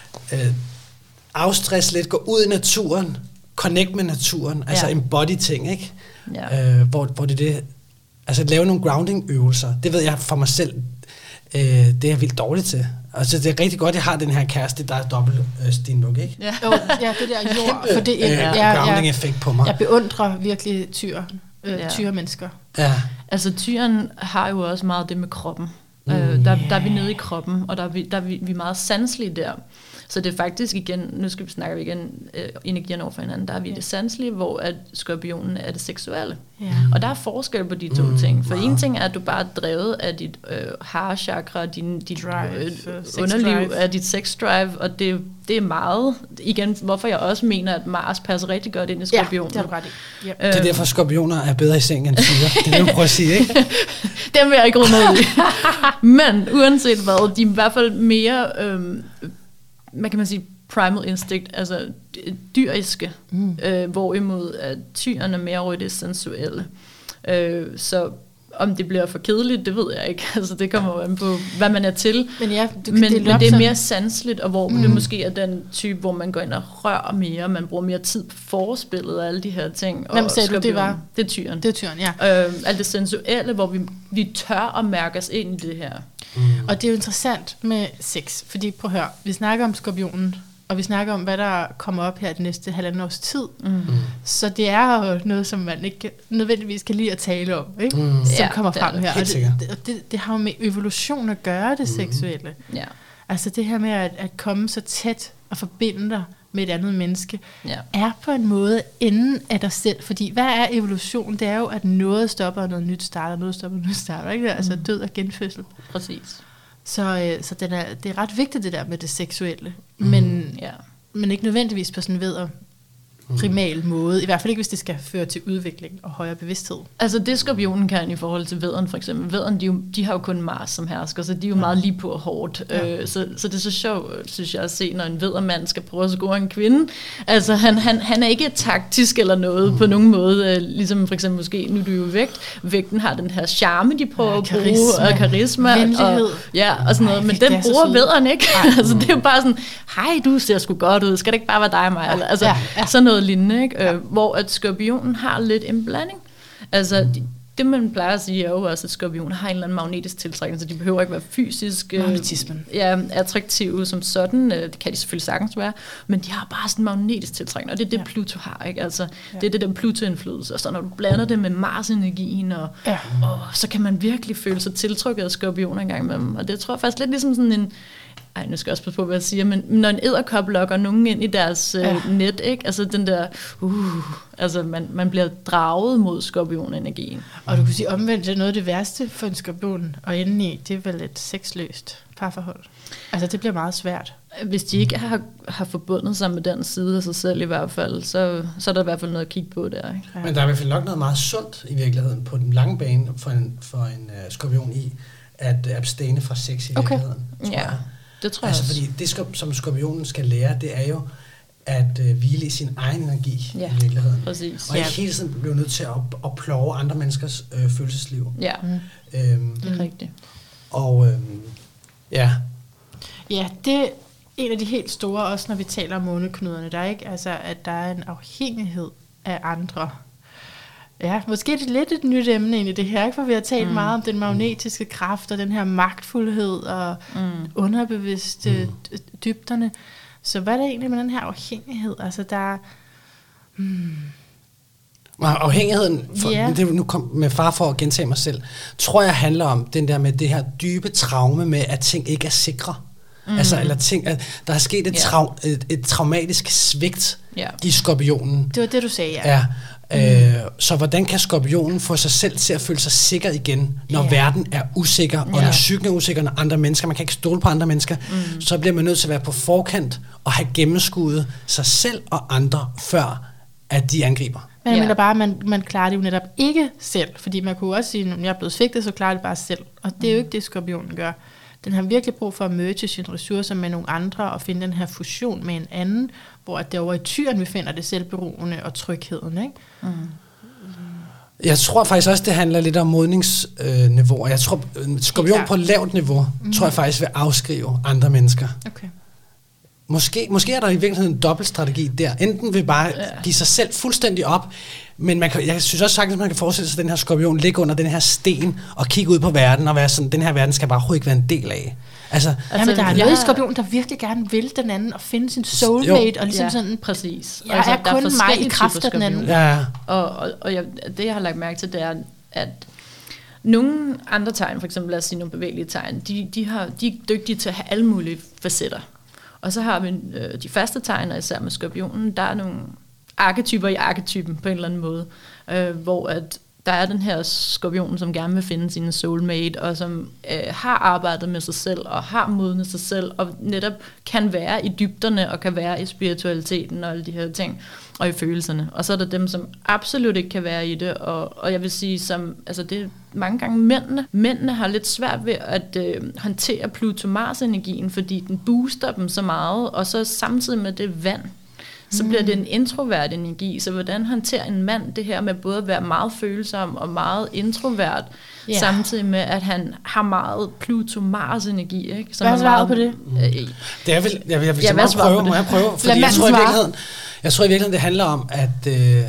afstress lidt, gå ud i naturen, connect med naturen, altså embody ting, ikke? Ja. Hvor det er det, Altså at lave nogle grounding-øvelser, det ved jeg for mig selv, det er jeg vildt dårligt til. Altså det er rigtig godt, at jeg har den her kæreste, der er dobbelt Stenbuk, ikke? Ja, det der jord, for det grounding-effekt på mig. Jeg beundrer virkelig tyre-mennesker. Ja. Altså tyren har jo også meget det med kroppen. Der er vi nede i kroppen, og der er vi meget sanselige der. Så det er faktisk igen, nu snakker vi igen energierne over for hinanden, der er vi det sanselige, hvor at skorpionen er det seksuelle. Ja. Og der er forskel på de to ting. For en ting er, at du bare er drevet af dit heart-chakra, dit drive, underliv, af dit sex-drive, og det er meget, igen, hvorfor jeg også mener, at Mars passer rigtig godt ind i skorpionen. Ja, det er ret. Yep. Det er derfor, skorpioner er bedre i seng end tyre. Det er det, du prøver at sige, ikke? Dem vil jeg ikke rydde med i. Men uanset hvad, de er i hvert fald mere... hvad kan man sige, primal instinct, altså dyriske, hvorimod at tyrene er mere over i det sensuelle. Så om det bliver for kedeligt, det ved jeg ikke. Altså det kommer jo an på, hvad man er til. Men det er mere sanseligt, og hvor det måske er den type, hvor man går ind og rører mere, man bruger mere tid på forspillet og alle de her ting. Hvem sagde du, det var? Det er tyren. Det er tyren, ja. Alt det sensuelle, hvor vi tør at mærke os ind i det her. Og det er jo interessant med sex, fordi prøv at høre, vi snakker om skorpionen, og vi snakker om, hvad der kommer op her det næste 1,5 års tid. Så det er jo noget, som man ikke nødvendigvis kan lide at tale om, ikke? Som kommer frem her. Og det har jo med evolution at gøre, det seksuelle. Ja. Altså det her med at komme så tæt og forbinde dig med et andet menneske, er på en måde enden af dig selv. Fordi hvad er evolution? Det er jo, at noget stopper, og noget nyt starter, noget stopper, og noget starter. Ikke? Altså død og genfødsel. Præcis. Så det er ret vigtigt, det der med det seksuelle. Men ikke nødvendigvis på sådan en primal måde. I hvert fald ikke, hvis det skal føre til udvikling og højere bevidsthed. Altså det skorpionen kan i forhold til vædderen for eksempel. Vædderen, de har jo kun Mars som hersker, så de er jo meget lige på og hårdt. Så det er så sjovt, synes jeg, at se, når en væddermand skal prøve at score en kvinde. Altså han er ikke taktisk eller noget på nogen måde. Ligesom for eksempel måske, nu er du jo vægt. Vægten har den her charme, de prøver at bruge, og karisma. Venlighed. Og sådan noget. Men den bruger vædderen ikke. Altså det er jo bare sådan, hej, du ser sgu godt ud. Skal det ikke bare være dig og mig? Altså sådan noget lignende, ikke? Hvor at skorpionen har lidt en blanding. Altså det man plejer at sige er jo også, at skorpioner har en eller anden magnetisk tiltrækning, så de behøver ikke være fysisk attraktive som sådan. Det kan de selvfølgelig sagtens være, men de har bare sådan en magnetisk tiltrækning, og det er det Pluto har, ikke? Altså det er det der Pluto-indflydelse, og så når du blander det med Mars-energien, og så kan man virkelig føle sig tiltrykket af skorpioner en gang imellem, og det tror jeg faktisk lidt ligesom sådan en nu skal jeg også passe på, hvad jeg siger, men når en edderkop lokker nogen ind i deres net, ikke? Altså den der, altså man bliver draget mod skorpionenergien. Og du kan sige omvendt, det er noget af det værste for en skorpion at ende i, det er vel et sexløst parforhold. Altså det bliver meget svært. Hvis de ikke har forbundet sig med den side af sig selv i hvert fald, så er der i hvert fald noget at kigge på der, ikke? Ja. Men der er i hvert fald nok noget meget sundt i virkeligheden på den lange bane for en skorpion i at abstene fra sex i virkeligheden. Ja. Det tror jeg altså, også. fordi det, som skorpionen skal lære, det er jo at hvile i sin egen energi i virkeligheden. Præcis. Og ikke hele tiden blive nødt til at plove andre menneskers følelsesliv. Ja, det er rigtigt. Og Ja, det er en af de helt store, også når vi taler om måneknuderne, der er ikke, altså at der er en afhængighed af andre. Ja, måske er det lidt et nyt emne ind i det her, ikke? For vi har talt meget om den magnetiske kraft og den her magtfuldhed og underbevidste dybderne. Så hvad er det egentlig med den her afhængighed? Altså der afhængigheden, det nu kom med far for at gentage mig selv, tror jeg handler om den der med det her dybe traume med, at ting ikke er sikre. Altså, eller ting, at der er sket et traumatisk svigt i skorpionen. Det var det, du sagde, Så hvordan kan skorpionen få sig selv til at føle sig sikker igen, når verden er usikker, og når psyken er usikker, når andre mennesker, man kan ikke stole på andre mennesker, så bliver man nødt til at være på forkant og have gennemskuet sig selv og andre, før at de angriber. Men jeg mener bare, at man klarer det jo netop ikke selv, fordi man kunne også sige, når jeg er blevet svigtet, så klarer det bare selv. Og det er jo ikke det, skorpionen gør. Den har virkelig brug for at merge sine ressourcer med nogle andre og finde den her fusion med en anden, hvor det over i tyren, vi finder det selvberoende og trygheden, ikke? Jeg tror faktisk også, det handler lidt om modningsniveauer. Jeg tror, skorpion på lavt niveau, tror jeg faktisk vil afskrive andre mennesker. Okay. Måske er der i virkeligheden en dobbeltstrategi der. Enten vil bare give sig selv fuldstændig op, Men jeg synes også sagtens, at man kan forestille sig, at den her skorpion ligger under den her sten og kigge ud på verden og være sådan, den her verden skal bare overhovedet ikke være en del af. Altså, men der er noget i skorpion, der virkelig gerne vil den anden og finde sin soulmate og ligesom sådan. Præcis. Jeg er kun mig i kraft af den anden. Ja. Og det jeg har lagt mærke til, det er, at nogle andre tegn, for eksempel lad os sige nogle bevægelige tegn, de er dygtige til at have alle mulige facetter. Og så har vi de faste tegn, og især med skorpionen, der er nogle arketyper i arketypen på en eller anden måde, hvor at der er den her skorpion, som gerne vil finde sin soulmate, og som har arbejdet med sig selv, og har modnet sig selv, og netop kan være i dybderne, og kan være i spiritualiteten, og alle de her ting, og i følelserne. Og så er der dem, som absolut ikke kan være i det, og jeg vil sige, det er mange gange mændene. Mændene har lidt svært ved at håndtere Pluto-Mars-energien, fordi den booster dem så meget, og så samtidig med det vand, så bliver det en introvert energi. Så hvordan håndterer en mand det her med både at være meget følsom og meget introvert, samtidig med, at han har meget Pluto-Mars-energi, ikke? Hvad er svaret på det? Det er vel, jeg vil prøve. Må jeg prøve? Fordi jeg tror i virkeligheden, det handler om, at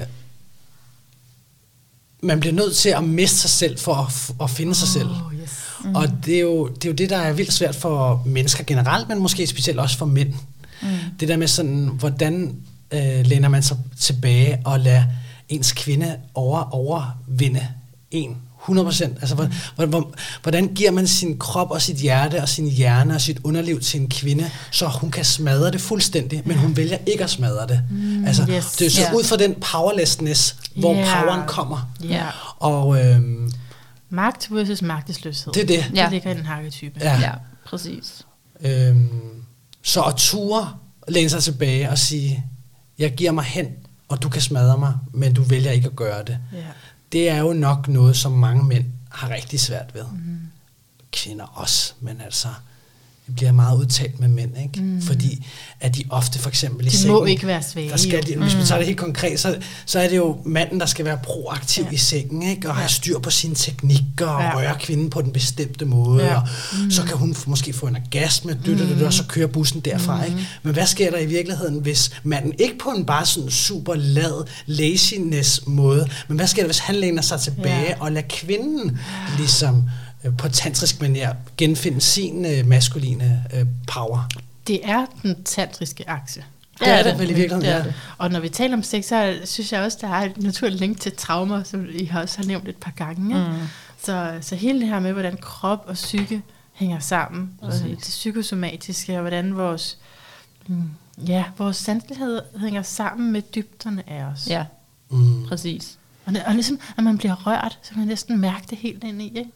man bliver nødt til at miste sig selv for at finde sig selv. Yes. Og det er jo det, der er vildt svært for mennesker generelt, men måske specielt også for mænd. Det der med sådan, hvordan læner man sig tilbage og lader ens kvinde overvinde 100%. Altså, hvordan giver man sin krop og sit hjerte og sin hjerne og sit underliv til en kvinde, så hun kan smadre det fuldstændig, men hun vælger ikke at smadre det. Altså, det er så ud fra den powerlessness, hvor poweren kommer. Og magt versus magtesløshed. Det er det. Det ligger i den arketype. Ja, præcis. Så at ture, læne sig tilbage og sige, jeg giver mig hen, og du kan smadre mig, men du vælger ikke at gøre det. Det er jo nok noget, som mange mænd har rigtig svært ved. Kvinder også, men altså, det bliver meget udtalt med mænd, ikke? Fordi at de ofte for eksempel i sengen... De må ikke være svage. Hvis vi tager det helt konkret, så er det jo manden, der skal være proaktiv i sengen, ikke? Og have styr på sine teknikker, og røre kvinden på den bestemte måde, og så kan hun måske få en orgasme, og så kører bussen derfra, ikke? Men hvad sker der i virkeligheden, hvis manden ikke på en bare sådan super lad laziness måde, men hvad sker der, hvis han læner sig tilbage og lader kvinden ligesom på tantrisk manier genfinde sin maskuline power? Det er den tantriske akse. Det er det vel i virkeligheden, det. Og når vi taler om sex, så synes jeg også, der er et naturligt link til traumer, som I også har nævnt et par gange. Så hele det her med, hvordan krop og psyke hænger sammen, og det psykosomatiske, og hvordan vores sanselighed hænger sammen med dybderne af os. Ja, præcis. Og ligesom, når man bliver rørt, så kan man næsten mærke det helt ind i, ikke?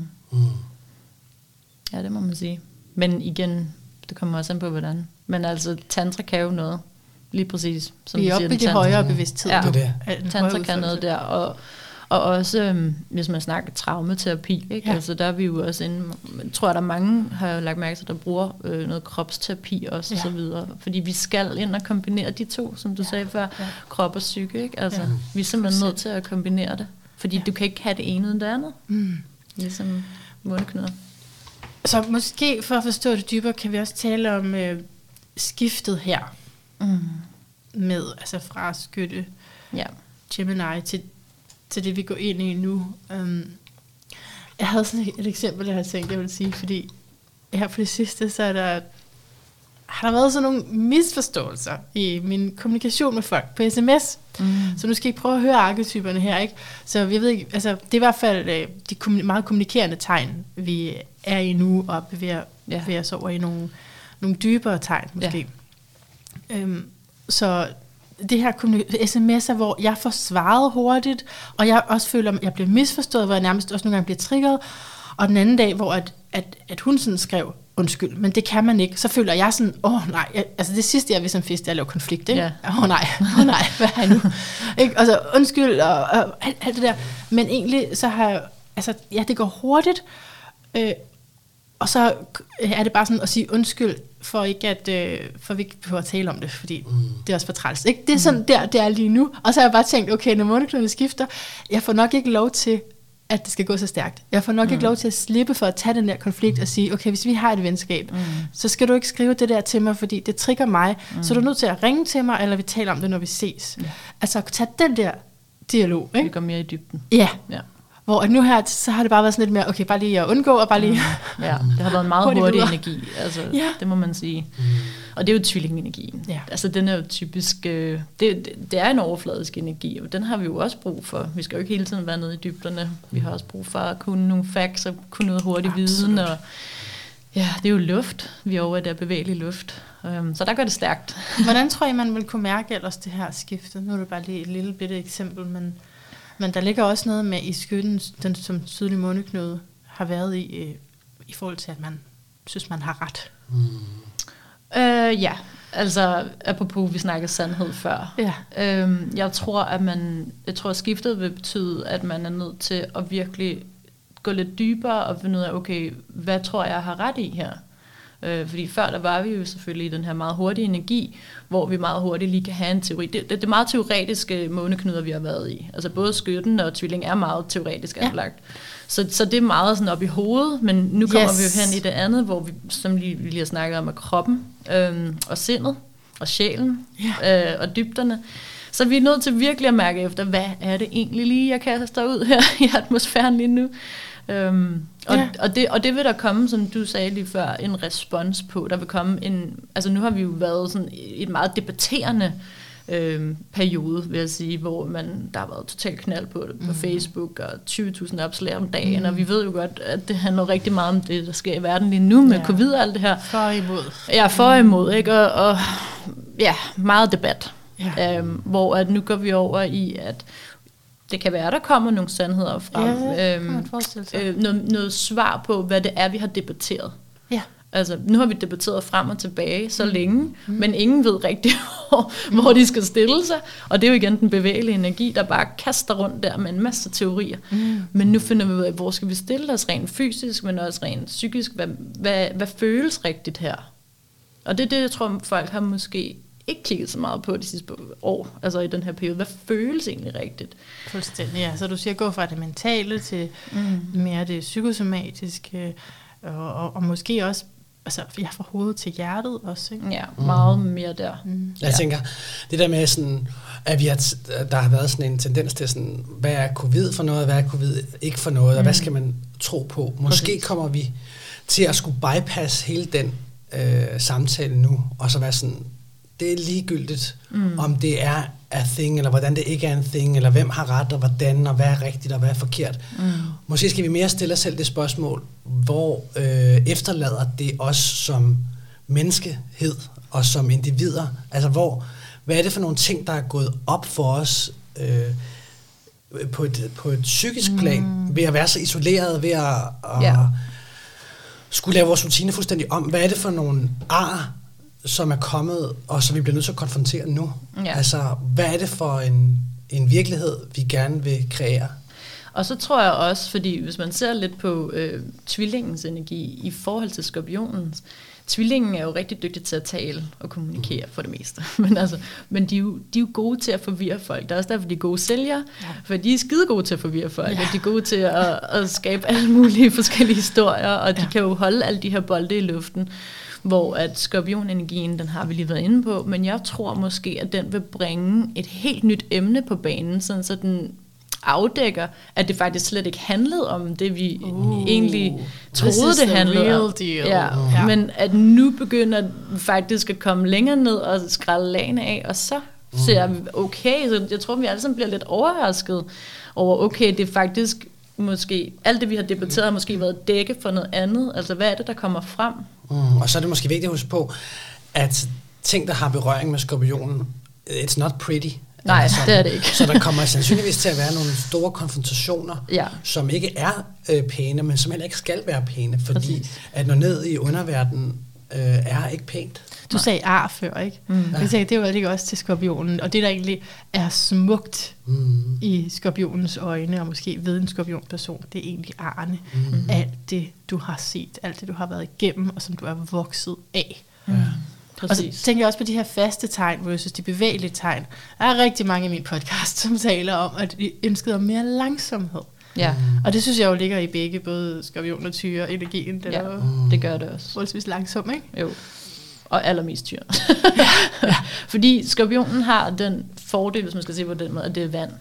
Ja, det må man sige. Men igen, det kommer også an på, hvordan. Men altså, tantra kan jo noget. Lige præcis. Som vi er oppe i de højere bevidsthed. Ja, tantra kan noget der. Og også, hvis man snakker traumaterapi, ikke? Altså, der er vi jo også inde... tror jeg, der mange har lagt mærke til, der bruger noget kropsterapi også, og så videre. Fordi vi skal ind og kombinere de to, som du sagde før. Krop og psyke, ikke? Altså, vi er simpelthen nødt til at kombinere det. Fordi du kan ikke have det ene uden det andet. Ligesom mundknuder. Så måske for at forstå det dybere, kan vi også tale om skiftet her. Med, altså fra skytte Gemini til det, vi går ind i nu. Jeg havde sådan et eksempel, jeg havde tænkt, jeg ville sige, fordi her på det sidste, så har der været sådan nogle misforståelser i min kommunikation med folk på sms. Så nu skal I prøve at høre arketyperne her, ikke? Så jeg ved ikke, altså det er i hvert fald de meget kommunikerende tegn, vi er i nu, og bevæger os over i nogle dybere tegn, måske. Så det her sms'er, hvor jeg får svaret hurtigt, og jeg også føler, at jeg bliver misforstået, hvor jeg nærmest også nogle gange bliver triggeret, og den anden dag, hvor at hun sådan skrev, undskyld, men det kan man ikke, så føler jeg sådan, nej, altså det sidste jeg vil som fisk, det er at lave konflikt, ikke? Nej, hvad er nu? Ikke? Og så undskyld, og alt det der, men egentlig så har jeg, altså det går hurtigt, og så er det bare sådan at sige undskyld, for ikke at for vi ikke behøver at tale om det, fordi det er også for træls, ikke? Det er sådan det er lige nu, og så har jeg bare tænkt, okay, når måneknuderne skifter, jeg får nok ikke lov til at det skal gå så stærkt. Jeg får nok ikke lov til at slippe for at tage den der konflikt og sige, okay, hvis vi har et venskab, så skal du ikke skrive det der til mig, fordi det trigger mig, så er du nødt til at ringe til mig, eller vi taler om det, når vi ses. Altså, tag den der dialog, ikke? Vi går mere i dybden. Ja. Ja. Hvor at nu her, så har det bare været sådan lidt mere, okay, bare lige at undgå, og bare lige... Ja, det har været en meget hurtig energi, altså, det må man sige. Og det er jo tvillingenergien. Ja. Altså, den er jo typisk... Det er en overfladisk energi, og den har vi jo også brug for. Vi skal jo ikke hele tiden være nede i dybderne. Vi har også brug for at kunne nogle facts, og kunne noget hurtig viden, og ja, det er jo luft. Vi er over i der bevægelige luft. Så der gør det stærkt. Hvordan tror I, man vil kunne mærke ellers det her skifte? Nu er det bare lige et lille bitte eksempel, men der ligger også noget med i skytten, den som sydlige måneknude har været i forhold til, at man synes, man har ret. Ja, altså apropos, vi snakkede sandhed før. Ja. Jeg tror, at skiftet vil betyde, at man er nødt til at virkelig gå lidt dybere og finde ud af, okay, hvad tror jeg har ret i her? Fordi før der var vi jo selvfølgelig i den her meget hurtige energi, hvor vi meget hurtigt lige kan have en teori. Det er meget teoretiske måneknuder, vi har været i. Altså både skytten og tvilling er meget teoretisk anlagt. Så det er meget sådan op i hovedet, men nu kommer vi jo hen i det andet, hvor vi, som vi lige har snakket om, at kroppen og sindet og sjælen og dybderne. Så vi er nødt til virkelig at mærke efter, hvad er det egentlig lige, jeg kaster ud her i atmosfæren lige nu. Og det vil der komme, som du sagde lige før, en respons på. Der vil komme altså nu har vi jo været sådan i et meget debatterende periode, vil jeg sige, hvor der har været totalt knald på det på Facebook, og 20.000 opslag om dagen, og vi ved jo godt, at det handler rigtig meget om det, der sker i verden lige nu med covid og alt det her. For og imod. Ja, for og imod, ikke? Og ja, meget debat. Ja. Hvor at nu går vi over i, at det kan være, der kommer nogle sandheder frem. Noget svar på, hvad det er, vi har debatteret. Ja. Altså, nu har vi debatteret frem og tilbage så længe, men ingen ved rigtigt, hvor de skal stille sig. Og det er jo igen den bevægelige energi, der bare kaster rundt der med en masse teorier. Men nu finder vi ud af, hvor skal vi stille os rent fysisk, men også rent psykisk. Hvad føles rigtigt her? Og det er det, jeg tror, folk har måske ikke kigget så meget på de sidste år, altså i den her periode. Hvad føles egentlig rigtigt? Fuldstændig, ja. Så du siger, gå fra det mentale til mere det psykosomatiske, og måske også fra hovedet til hjertet også, ikke? Ja, meget mere der. Jeg tænker, det der med sådan, at der har været sådan en tendens til sådan, hvad er covid for noget, hvad er covid ikke for noget, og hvad skal man tro på? Måske kommer vi til at skulle bypasse hele den samtale nu, og så være sådan, det er ligegyldigt, om det er a thing, eller hvordan det ikke er en thing, eller hvem har ret, og hvordan, og hvad er rigtigt, og hvad er forkert. Måske skal vi mere stille os selv det spørgsmål, hvor efterlader det os som menneskehed, og som individer? Altså, hvad er det for nogle ting, der er gået op for os på et psykisk plan, ved at være så isoleret, ved at skulle lave vores rutine fuldstændig om? Hvad er det for nogle ar, som er kommet, og som vi bliver nødt til at konfrontere nu? Ja. Altså, hvad er det for en virkelighed, vi gerne vil kreere? Og så tror jeg også, fordi hvis man ser lidt på tvillingens energi i forhold til skorpionens, tvillingen er jo rigtig dygtig til at tale og kommunikere for det meste. Men de er jo gode til at forvirre folk. Det er også derfor, de er gode sælgere, for de er skide gode til at forvirre folk, og de er gode til at skabe alle mulige forskellige historier, og de kan jo holde alle de her bolde i luften. Hvor at skorpionenergien, den har vi lige været inde på, men jeg tror måske, at den vil bringe et helt nyt emne på banen, sådan så den afdækker, at det faktisk slet ikke handlede om det, vi egentlig troede, det handlede om. Ja. Men at nu begynder vi faktisk at komme længere ned og skrælle lagene af, og så ser vi, okay, så jeg tror, vi alle sammen bliver lidt overrasket over, okay, det er faktisk måske, alt det vi har debatteret har måske været dække for noget andet, altså hvad er det, der kommer frem? Og så er det måske vigtigt at huske på, at ting, der har berøring med skorpionen, it's not pretty. Nej, det er det ikke. Så der kommer sandsynligvis til at være nogle store konfrontationer, som ikke er pæne, men som heller ikke skal være pæne, fordi at nå ned i underverdenen er ikke pænt. Du sagde ar før, ikke? Jeg sagde, det er jo ikke også til skorpionen, og det der egentlig er smukt i skorpionens øjne, og måske ved en skorpionperson, det er egentlig arne. Alt det, du har set, alt det, du har været igennem, og som du er vokset af. Og så tænker jeg også på de her faste tegn versus de bevægelige tegn. Der er rigtig mange i min podcast, som taler om, at de ønskede om mere langsomhed. Ja. Og det synes jeg jo ligger i begge, både skorpion og tyre, energien. Det gør det også. Forholdsvis langsom, ikke? Jo. Og allermest tyre. Fordi skorpionen har den fordel, hvis man skal se på den måde, at det er vand.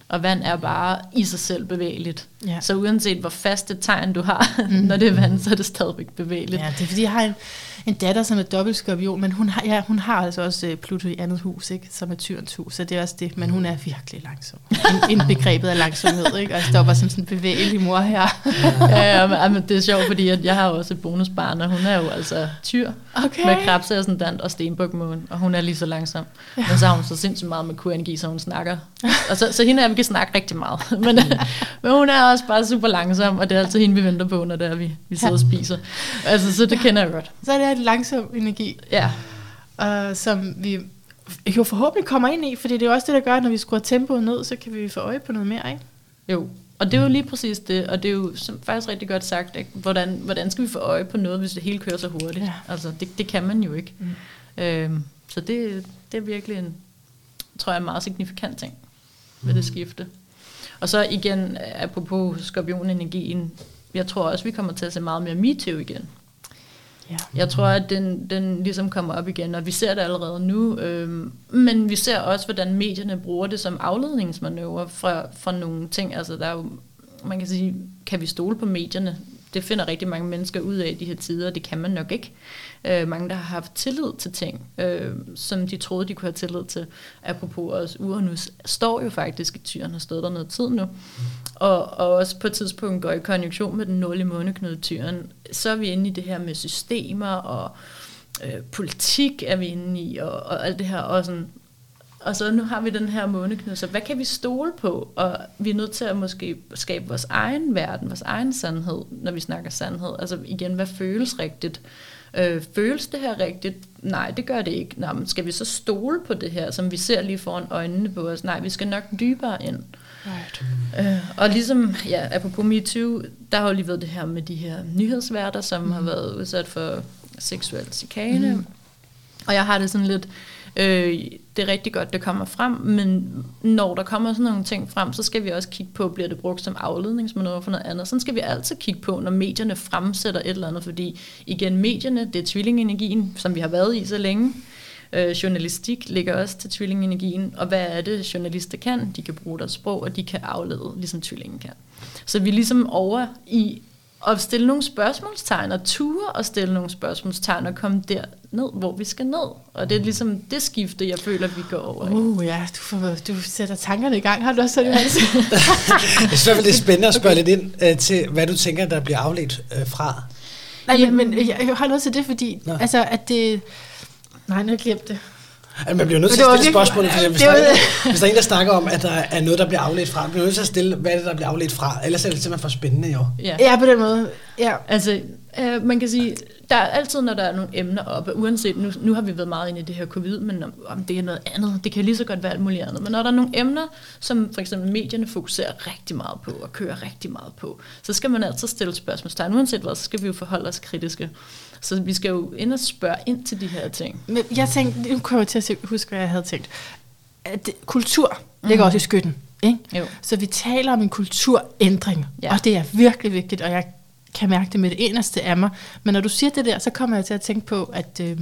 Og vand er bare i sig selv bevægeligt. Ja. Så uanset hvor fast et tegn du har, når det er vand, så er det stadigvæk bevægeligt. Ja, det er fordi, jeg har en datter, som er dobbeltskorpion, men hun har altså også Pluto i andet hus, ikke? Som er Tyrens hus, så det er også det, men hun er virkelig langsom. Indbegrebet af langsomhed, ikke? Og jeg står bare som sådan en bevægelig mor her. Ja, men det er sjovt, fordi jeg har også et bonusbarn, og hun er jo altså tyr med krebsascendant og stenbukmåne, og hun er lige så langsom. Ja. Men så har hun så sindssygt meget med Q-energi, så hun snakker. Og så hende og jeg, vi kan snakke rigtig meget. Men hun er også bare super langsom, og det er altid hende, vi venter på, når det er, vi sidder og spiser. Altså, så det kender jeg godt. Så er det et langsom energi, som vi jo forhåbentlig kommer ind i, fordi det er jo også det, der gør, at når vi skruer tempoet ned, så kan vi få øje på noget mere, ikke? Jo, og det er jo lige præcis det, og det er jo faktisk rigtig godt sagt, ikke? Hvordan skal vi få øje på noget, hvis det hele kører så hurtigt? Ja. Altså, det kan man jo ikke. Så det er virkelig en, tror jeg, meget signifikant ting ved det skifte. Og så igen, apropos skorpionenergien, jeg tror også, vi kommer til at se meget mere MeToo igen. Ja. Jeg tror, at den ligesom kommer op igen, og vi ser det allerede nu, men vi ser også, hvordan medierne bruger det som afledningsmanøvre fra nogle ting. Altså, der er jo, man kan sige, kan vi stole på medierne? Det finder rigtig mange mennesker ud af i de her tider, og det kan man nok ikke. Mange, der har haft tillid til ting, som de troede, de kunne have tillid til. Apropos også Uranus står jo faktisk i Tyren, har stået der noget tid nu. Og også på et tidspunkt går i konjunktion med den nordlige måneknude Tyren. Så er vi inde i det her med systemer, og politik er vi inde i, og alt det her. Og så nu har vi den her måneknude, så hvad kan vi stole på? Og vi er nødt til at måske skabe vores egen verden, vores egen sandhed, når vi snakker sandhed. Altså igen, hvad føles rigtigt? Føles det her rigtigt? Nej, det gør det ikke. Nå, men skal vi så stole på det her, som vi ser lige foran øjnene på os? Nej, vi skal nok dybere ind. Right. Og ligesom, apropos MeToo, der har jo lige været det her med de her nyhedsværter, som har været udsat for seksuel chikane. Og jeg har det sådan lidt, det er rigtig godt, det kommer frem, men når der kommer sådan nogle ting frem, så skal vi også kigge på, bliver det brugt som afledningsmanøvre for noget andet. Sådan skal vi altid kigge på, når medierne fremsætter et eller andet, fordi igen, medierne, det er tvillingenergien, som vi har været i så længe. Journalistik ligger også til tvillingenergien, og hvad er det, journalister kan? De kan bruge deres sprog, og de kan aflede, ligesom tvillingen kan. Så vi er ligesom over i at stille nogle spørgsmålstegn, og ture og stille nogle spørgsmålstegn, og komme derned, hvor vi skal ned. Og det er ligesom det skifte, jeg føler, vi går over i. Ja, du sætter tankerne i gang. Har du også sådan, Johannes? Jeg synes i hvert fald, det er spændende at spørge lidt ind til, hvad du tænker, der bliver afledt fra. Nej, men jeg har noget til det, fordi altså, at det... Nej, nu har jeg glemt det. Altså, man bliver nødt til at stille spørgsmålet, for hvis der er en, der snakker om, at der er noget, der bliver afledt fra, man bliver nødt til at stille, hvad er det, der bliver afledt fra, ellers er det simpelthen for spændende jo. Ja, på den måde. Ja. Altså, man kan sige, der er altid, når der er nogle emner oppe, uanset, nu har vi været meget inde i det her covid, men om det er noget andet, det kan lige så godt være alt muligt andet, men når der er nogle emner, som for eksempel medierne fokuserer rigtig meget på, og kører rigtig meget på, så skal man altid stille spørgsmålstegn, uanset hvad, så skal vi jo forholde os kritiske. Så vi skal jo ind og spørge ind til de her ting. Men jeg tænkte, nu kommer jeg til at huske, hvad jeg havde tænkt. At kultur ligger også i skytten, ikke? Jo. Så vi taler om en kulturændring, og det er virkelig vigtigt, og jeg kan mærke det med det inderste af mig. Men når du siger det der, så kommer jeg til at tænke på, at det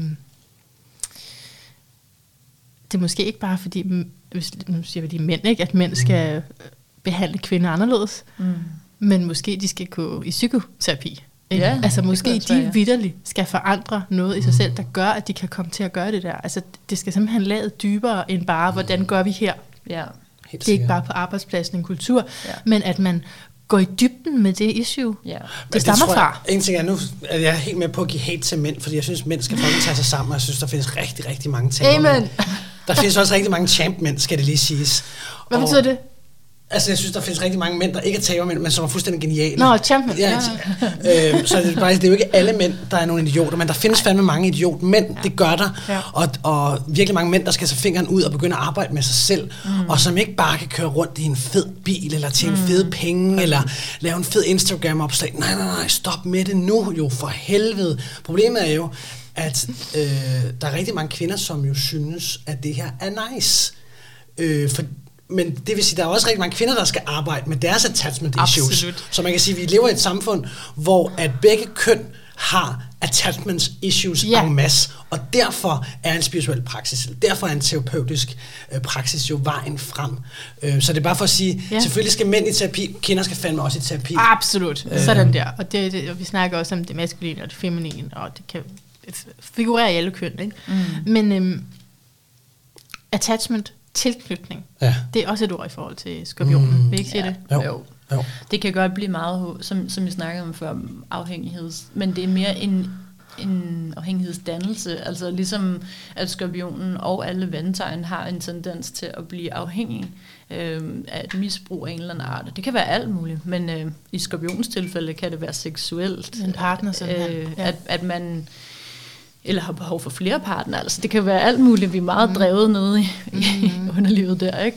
er måske ikke bare fordi, nu siger vi de mænd, ikke? At mænd skal behandle kvinder anderledes, men måske de skal gå i psykoterapi. Ja, altså måske de vitterligt skal forandre noget i sig selv, der gør, at de kan komme til at gøre det der. Altså det skal simpelthen ladet dybere end bare, hvordan gør vi her? Ja. Det er ikke bare på arbejdspladsen en kultur, men at man går i dybden med det issue. Ja. Det stammer fra. En ting er nu, at jeg er helt med på at give hate til mænd, fordi jeg synes, mænd skal faktisk tage sig sammen, og jeg synes, der findes rigtig, rigtig mange ting. Amen. Der findes også rigtig mange champmænd, skal det lige siges. Hvad betyder det? Altså, jeg synes, der findes rigtig mange mænd, der ikke er tabermænd, men som er fuldstændig geniale. Nå, champion. Ja. Så det er jo ikke alle mænd, der er nogle idioter, men der findes fandme mange idiotmænd, det gør der. Ja. Og virkelig mange mænd, der skal tage fingeren ud og begynde at arbejde med sig selv, og som ikke bare kan køre rundt i en fed bil, eller tjene fede penge, eller lave en fed Instagram-opslag. Nej, stop med det nu, jo, for helvede. Problemet er jo, at der er rigtig mange kvinder, som jo synes, at det her er nice. Men det vil sige, der er også rigtig mange kvinder, der skal arbejde med deres attachment issues. Absolut. Så man kan sige, at vi lever i et samfund, hvor at begge køn har attachment issues en masse, og derfor er en spirituel praksis, derfor er en terapeutisk praksis jo vejen frem. Så det er bare for at sige, selvfølgelig skal mænd i terapi, kvinder skal fandme også i terapi. Absolut, sådan der. Og, og vi snakker også om det maskuline og det feminine, og det kan figurere i alle køn, ikke? Men attachment, tilknytning, det er også et ord i forhold til skorpionen. Vil I ikke sige det? Jo. Det kan godt blive meget, som vi snakkede om før, men det er mere en afhængighedsdannelse, altså ligesom at skorpionen og alle vandtegn har en tendens til at blive afhængige af et misbrug af en eller anden art. Det kan være alt muligt, men i skorpions tilfælde kan det være seksuelt. En partner sådan at man eller har behov for flere partnere. Altså det kan være alt muligt. Vi er meget drevet nede i underlivet der, ikke?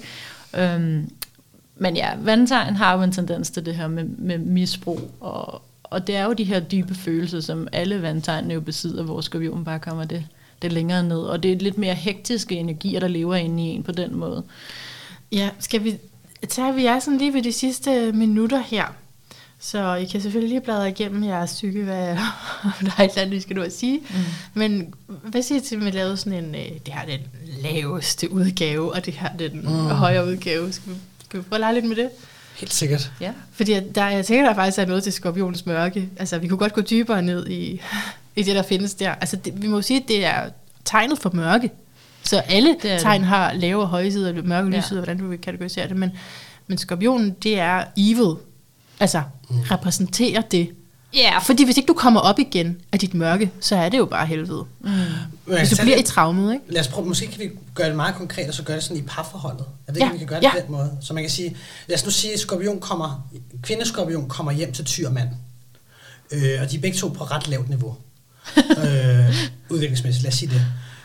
Men ja, vandtegn har jo en tendens til det her med misbrug, og det er jo de her dybe følelser, som alle vandtegnene jo besidder, hvor skorpion bare kommer det længere ned, og det er lidt mere hektiske energier, der lever inde i en på den måde. Ja, vi er sådan lige ved de sidste minutter her, så I kan selvfølgelig lige bladre igennem jeres psyke, hvad der er et eller andet, vi skal nu at sige. Men hvad siger I til, at vi lavede sådan en, det her den laveste udgave, og det her den højere udgave? Skal vi prøve at lege lidt med det? Helt sikkert. Ja. Fordi jeg tænker, der faktisk er noget til skorpionens mørke. Altså, vi kunne godt gå dybere ned i det, der findes der. Altså, vi må sige, at det er tegnet for mørke. Så alle tegn har lave og høje sider, mørke og lyse sider, hvordan du vil kategorisere det. Men skorpionen, det er evil. Altså, repræsenterer det. Ja, fordi hvis ikke du kommer op igen af dit mørke, så er det jo bare helvede. Hvis du bliver i traumet, ikke? Lad os prøve, måske kan vi gøre det meget konkret, og så gøre det sådan i parforholdet. Jeg ved ikke, om vi kan gøre det på den måde. Så man kan sige, lad os nu sige, at kvindeskorpion kommer hjem til tyrmand. Og de er begge to på ret lavt niveau. Udviklingsmæssigt, lad os sige det.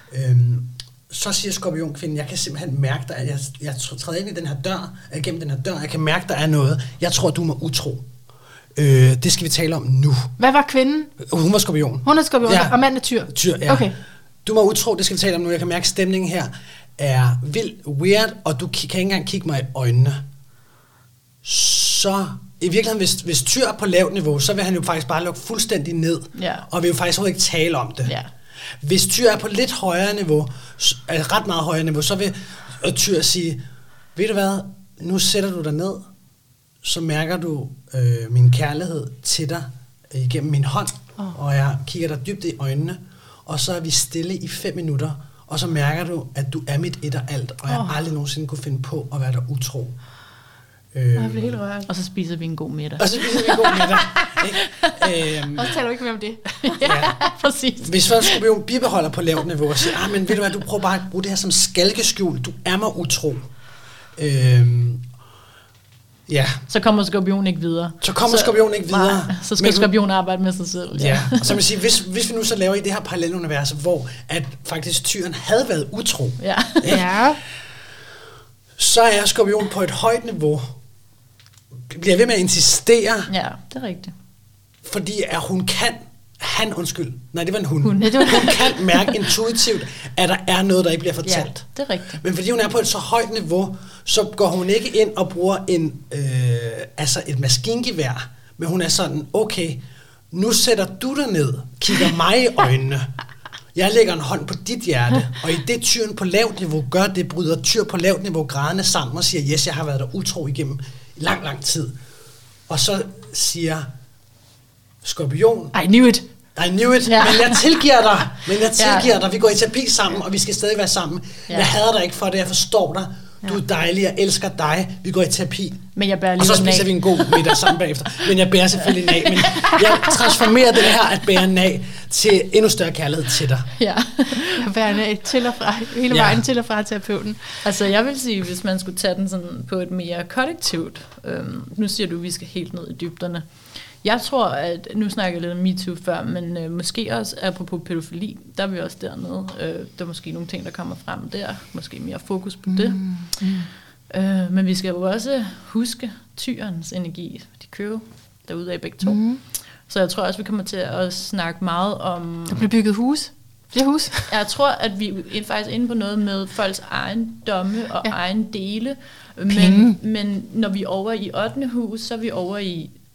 Så siger skorpionkvinden, jeg kan simpelthen mærke, at jeg træder ind i den her dør, gennem den her dør, jeg kan mærke, der er noget. Jeg tror, du må utro. Det skal vi tale om nu. Hvad var kvinden? Hun var skorpion. Hun er skorpion, og manden er tyr? Tyr, ja. Okay. Du må utro, det skal vi tale om nu. Jeg kan mærke, at stemningen her er vildt weird, og du kan ikke engang kigge mig i øjnene. Så i virkeligheden, hvis tyr er på lavt niveau, så vil han jo faktisk bare lukke fuldstændig ned, og vil jo faktisk ikke tale om det. Ja. Hvis tyr er på lidt højere niveau, ret meget højere niveau, så vil tyr sige, ved du hvad, nu sætter du dig ned, så mærker du min kærlighed til dig igennem min hånd, og jeg kigger dig dybt i øjnene, og så er vi stille i 5 minutter, og så mærker du, at du er mit et og alt, og jeg aldrig nogensinde kunne finde på at være der utro. Jeg bliver helt rørt. Og så spiser vi en god middag. Og så taler du ikke mere om det. Ja, præcis. Hvis folk skorpion bibeholder på lavt niveau og siger, men ved du hvad, du prøver bare at bruge det her som skalkeskjul, du er mig utro. Ja. Så kommer skorpion ikke videre. Så skal skorpion arbejde med sig selv. Ja. Og så vil sige, hvis vi nu så laver i det her parallelunivers, hvor at faktisk tyren havde været utro, så er skorpion på et højt niveau. Bliver ved med at insistere. Ja, det er rigtigt. Fordi at hun kan, det var en hund. Hun kan mærke intuitivt, at der er noget, der ikke bliver fortalt. Ja, det er rigtigt. Men fordi hun er på et så højt niveau, så går hun ikke ind og bruger et maskingevær, men hun er sådan, okay, nu sætter du dig ned, kigger mig i øjnene, jeg lægger en hånd på dit hjerte, og i det tyren på lavt niveau gør det, bryder tyr på lavt niveau grædende sammen og siger, yes, jeg har været der utro igennem lang, lang tid. Og så siger skorpion, I knew it, men jeg tilgiver dig, vi går i terapi sammen, og vi skal stadig være sammen. Jeg hader dig ikke for det, jeg forstår dig, du er dejlig, jeg elsker dig, vi går i terapi. Men jeg bærer og så spiser vi en god middag sammen bagefter. Men jeg bærer selvfølgelig en af, men jeg transformerer det her at bære en af til endnu større kærlighed til dig. Ja, jeg bærer en af til og fra, hele vejen til og fra terapeuten. Altså jeg vil sige, hvis man skulle tage den sådan på et mere kollektivt, nu siger du, at vi skal helt ned i dybderne. Jeg tror, at nu snakker jeg lidt om MeToo før, men måske også apropos pædofili, der er vi også dernede. Der er måske nogle ting, der kommer frem der. Måske mere fokus på det. Men vi skal jo også huske tyrens energi. De kører derude af begge to. Så jeg tror også, vi kommer til at snakke meget om... Der bliver bygget hus. Flere hus. Jeg tror, at vi er faktisk inde på noget med folks egen domme og egen dele. Men når vi er over i 8. hus, så er vi over i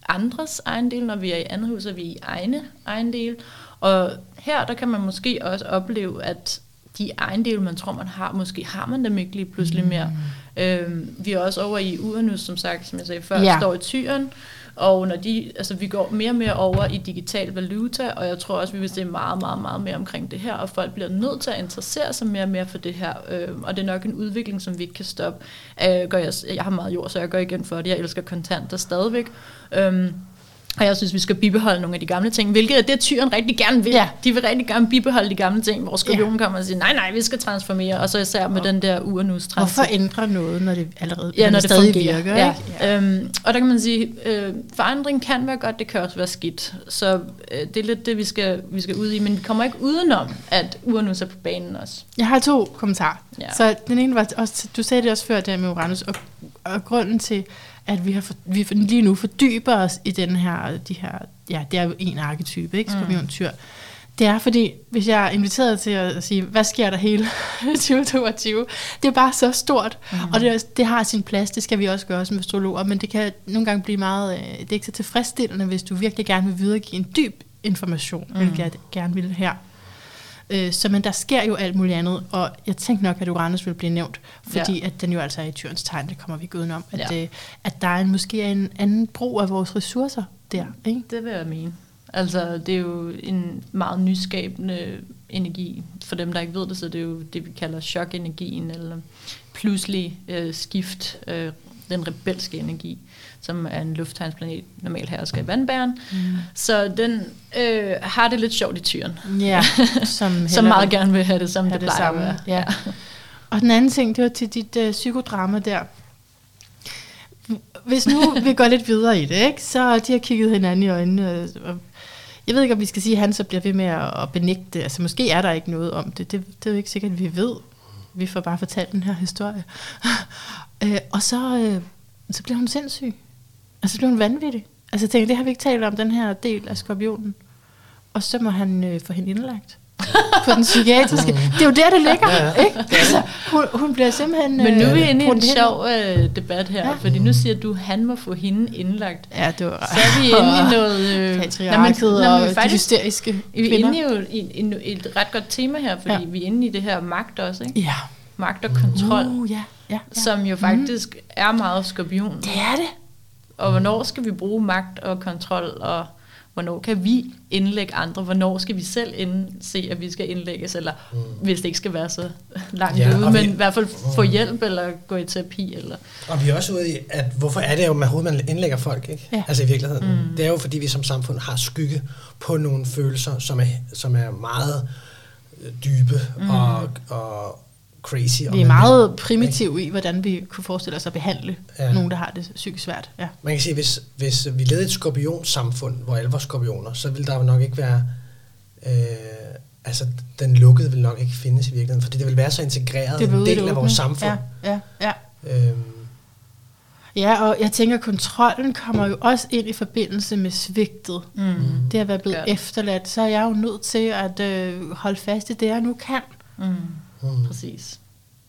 andres ejendel, når vi er i andet hus, er vi i ejendel. Og her, der kan man måske også opleve, at de ejendele, man tror, man har, måske har man dem ikke lige pludselig mere. Vi er også over i Uranus, som sagt, som jeg sagde før, står i Tyren, og når vi går mere og mere over i digital valuta, og jeg tror også, vi vil se meget, meget, meget mere omkring det her, og folk bliver nødt til at interessere sig mere og mere for det her, og det er nok en udvikling, som vi ikke kan stoppe. Jeg har meget jord, så jeg går igen for det. Jeg elsker kontanter stadigvæk. Og jeg synes, vi skal bibeholde nogle af de gamle ting, hvilket er det, Tyren rigtig gerne vil. Ja. De vil rigtig gerne bibeholde de gamle ting, hvor Skorpionen kommer og siger, nej, vi skal transformere, og så især med den der Uranus. Hvorfor ændre noget, når det allerede når det stadig fungerer, virker? Ja. Ikke? Og der kan man sige, forandring kan være godt, det kan også være skidt. Så det er lidt det, vi skal ud i, men vi kommer ikke udenom, at Uranus er på banen også. Jeg har 2 kommentarer. Ja. Så den ene var også, du sagde det også før, der med Uranus, og grunden til, at vi lige nu fordyber os i det er jo en arketype, ikke? Skorpion-tyr. Det er fordi, hvis jeg er inviteret til at sige, hvad sker der hele 2022, det er bare så stort, og det har sin plads, det skal vi også gøre som astrologer, men det kan nogle gange blive meget, det er ikke så tilfredsstillende, hvis du virkelig gerne vil videregive en dyb information, hvilket jeg gerne vil her. Men der sker jo alt muligt andet, og jeg tænkte nok, at Uranus vil blive nævnt, fordi at den jo altså er i Tyrens tegn, det kommer vi ikke udenom, at der er måske en anden brug af vores ressourcer der, ikke? Det vil jeg mene. Altså, det er jo en meget nyskabende energi, for dem, der ikke ved det, så det er jo det, vi kalder chokenergien, eller pludselig skift, den rebelske energi, som er en lufttegnsplanet, normalt hersker i vandbæren. Så den har det lidt sjovt i Tyren. Ja, som meget gerne vil have det, som det plejer at være. Ja. Og den anden ting, det var til dit psykodrama der. Hvis nu vi går lidt videre i det, ikke? Så de har kigget hinanden i øjnene, og jeg ved ikke, om vi skal sige, at han så bliver ved med at benægte det. Altså, måske er der ikke noget om det. Det er jo ikke sikkert, at vi ved. Vi får bare fortalt den her historie. Og så bliver hun sindssyg. Altså, så bliver hun vanvittig. Altså, jeg tænker, det har vi ikke talt om, den her del af Skorpionen. Og så må han få hende indlagt på den psykiatriske. Det er jo der, det ligger, ikke? Altså, hun bliver simpelthen... Men nu er vi inde i en sjov debat her, fordi nu siger du, han må få hende indlagt. Ja, det var... Så er vi inde i noget... patriarket og de hysteriske kvinder. Vi er inde i et ret godt tema her, fordi vi er inde i det her magt også, ikke? Ja. Magt og kontrol, som jo faktisk er meget Skorpion. Det er det. Og hvornår skal vi bruge magt og kontrol, og hvornår kan vi indlægge andre? Hvornår skal vi selv se, at vi skal indlægges? Eller hvis det ikke skal være så langt ude, men i hvert fald få hjælp, eller gå i terapi. Eller. Og vi er også ude i, at hvorfor er det jo, at man indlægger folk, ikke? Ja. Altså i virkeligheden. Det er jo, fordi vi som samfund har skygge på nogle følelser, som er meget dybe og crazy. Vi er meget primitive i, hvordan vi kunne forestille os at behandle nogen, der har det psykisk svært. Ja. Man kan sige, hvis vi levede et skorpionsamfund, hvor alle var skorpioner, så ville der jo nok ikke være... den lukkede vil nok ikke findes i virkeligheden, fordi det vil være så integreret en del af vores samfund. Ja, og jeg tænker, at kontrollen kommer jo også ind i forbindelse med svigtet. Det at være blevet efterladt, så er jeg jo nødt til at holde fast i det, jeg nu kan. Præcis.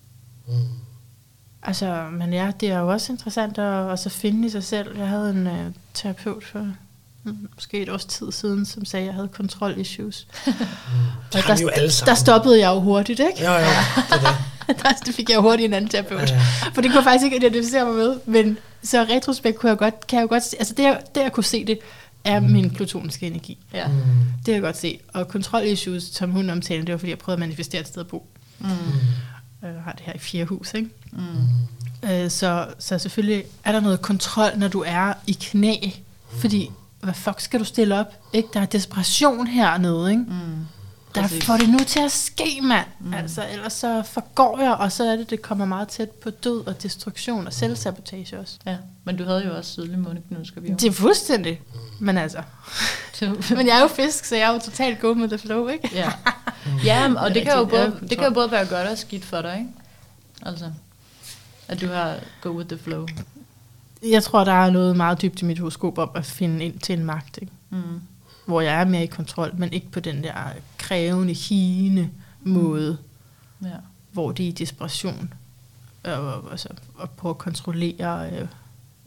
Altså, men ja, det er jo også interessant at så finde i sig selv. Jeg havde en terapeut for måske et års tid siden, som sagde, at jeg havde kontrol-issues. Der stoppede jeg jo hurtigt, ikke? Ja, det fik jeg jo hurtigt en anden terapeut. For det kunne jeg faktisk ikke identificere mig med. Men så retrospekt kan jeg jo godt se, altså det jeg kunne se det, er min plutoniske energi. Ja. Det kan jeg godt se. Og kontrol-issues, som hun omtalte, det var fordi, jeg prøvede at manifestere et sted at bo. Har det her i 4 hus, ikke? Så selvfølgelig er der noget kontrol, når du er i knæ, fordi hvad fuck skal du stille op, ikke? Der er desperation hernede, ikke? Der får det nu til at ske, mand. Altså, ellers så forgår jeg, og så er det kommer meget tæt på død og destruktion og selvsabotage også. Ja, men du havde jo også sydlig måneknude, skal vi jo. Det er fuldstændig, men altså. Men jeg er jo fisk, så jeg er jo totalt go med the flow, ikke? Ja, ja, og det kan jo både være godt og skidt for dig, ikke? Altså, at du har go with the flow. Jeg tror, der er noget meget dybt i mit horoskop om at finde ind til en magt, ikke? Hvor jeg er mere i kontrol, men ikke på den der krævende, higende måde, hvor det er i desperation, og prøve at kontrollere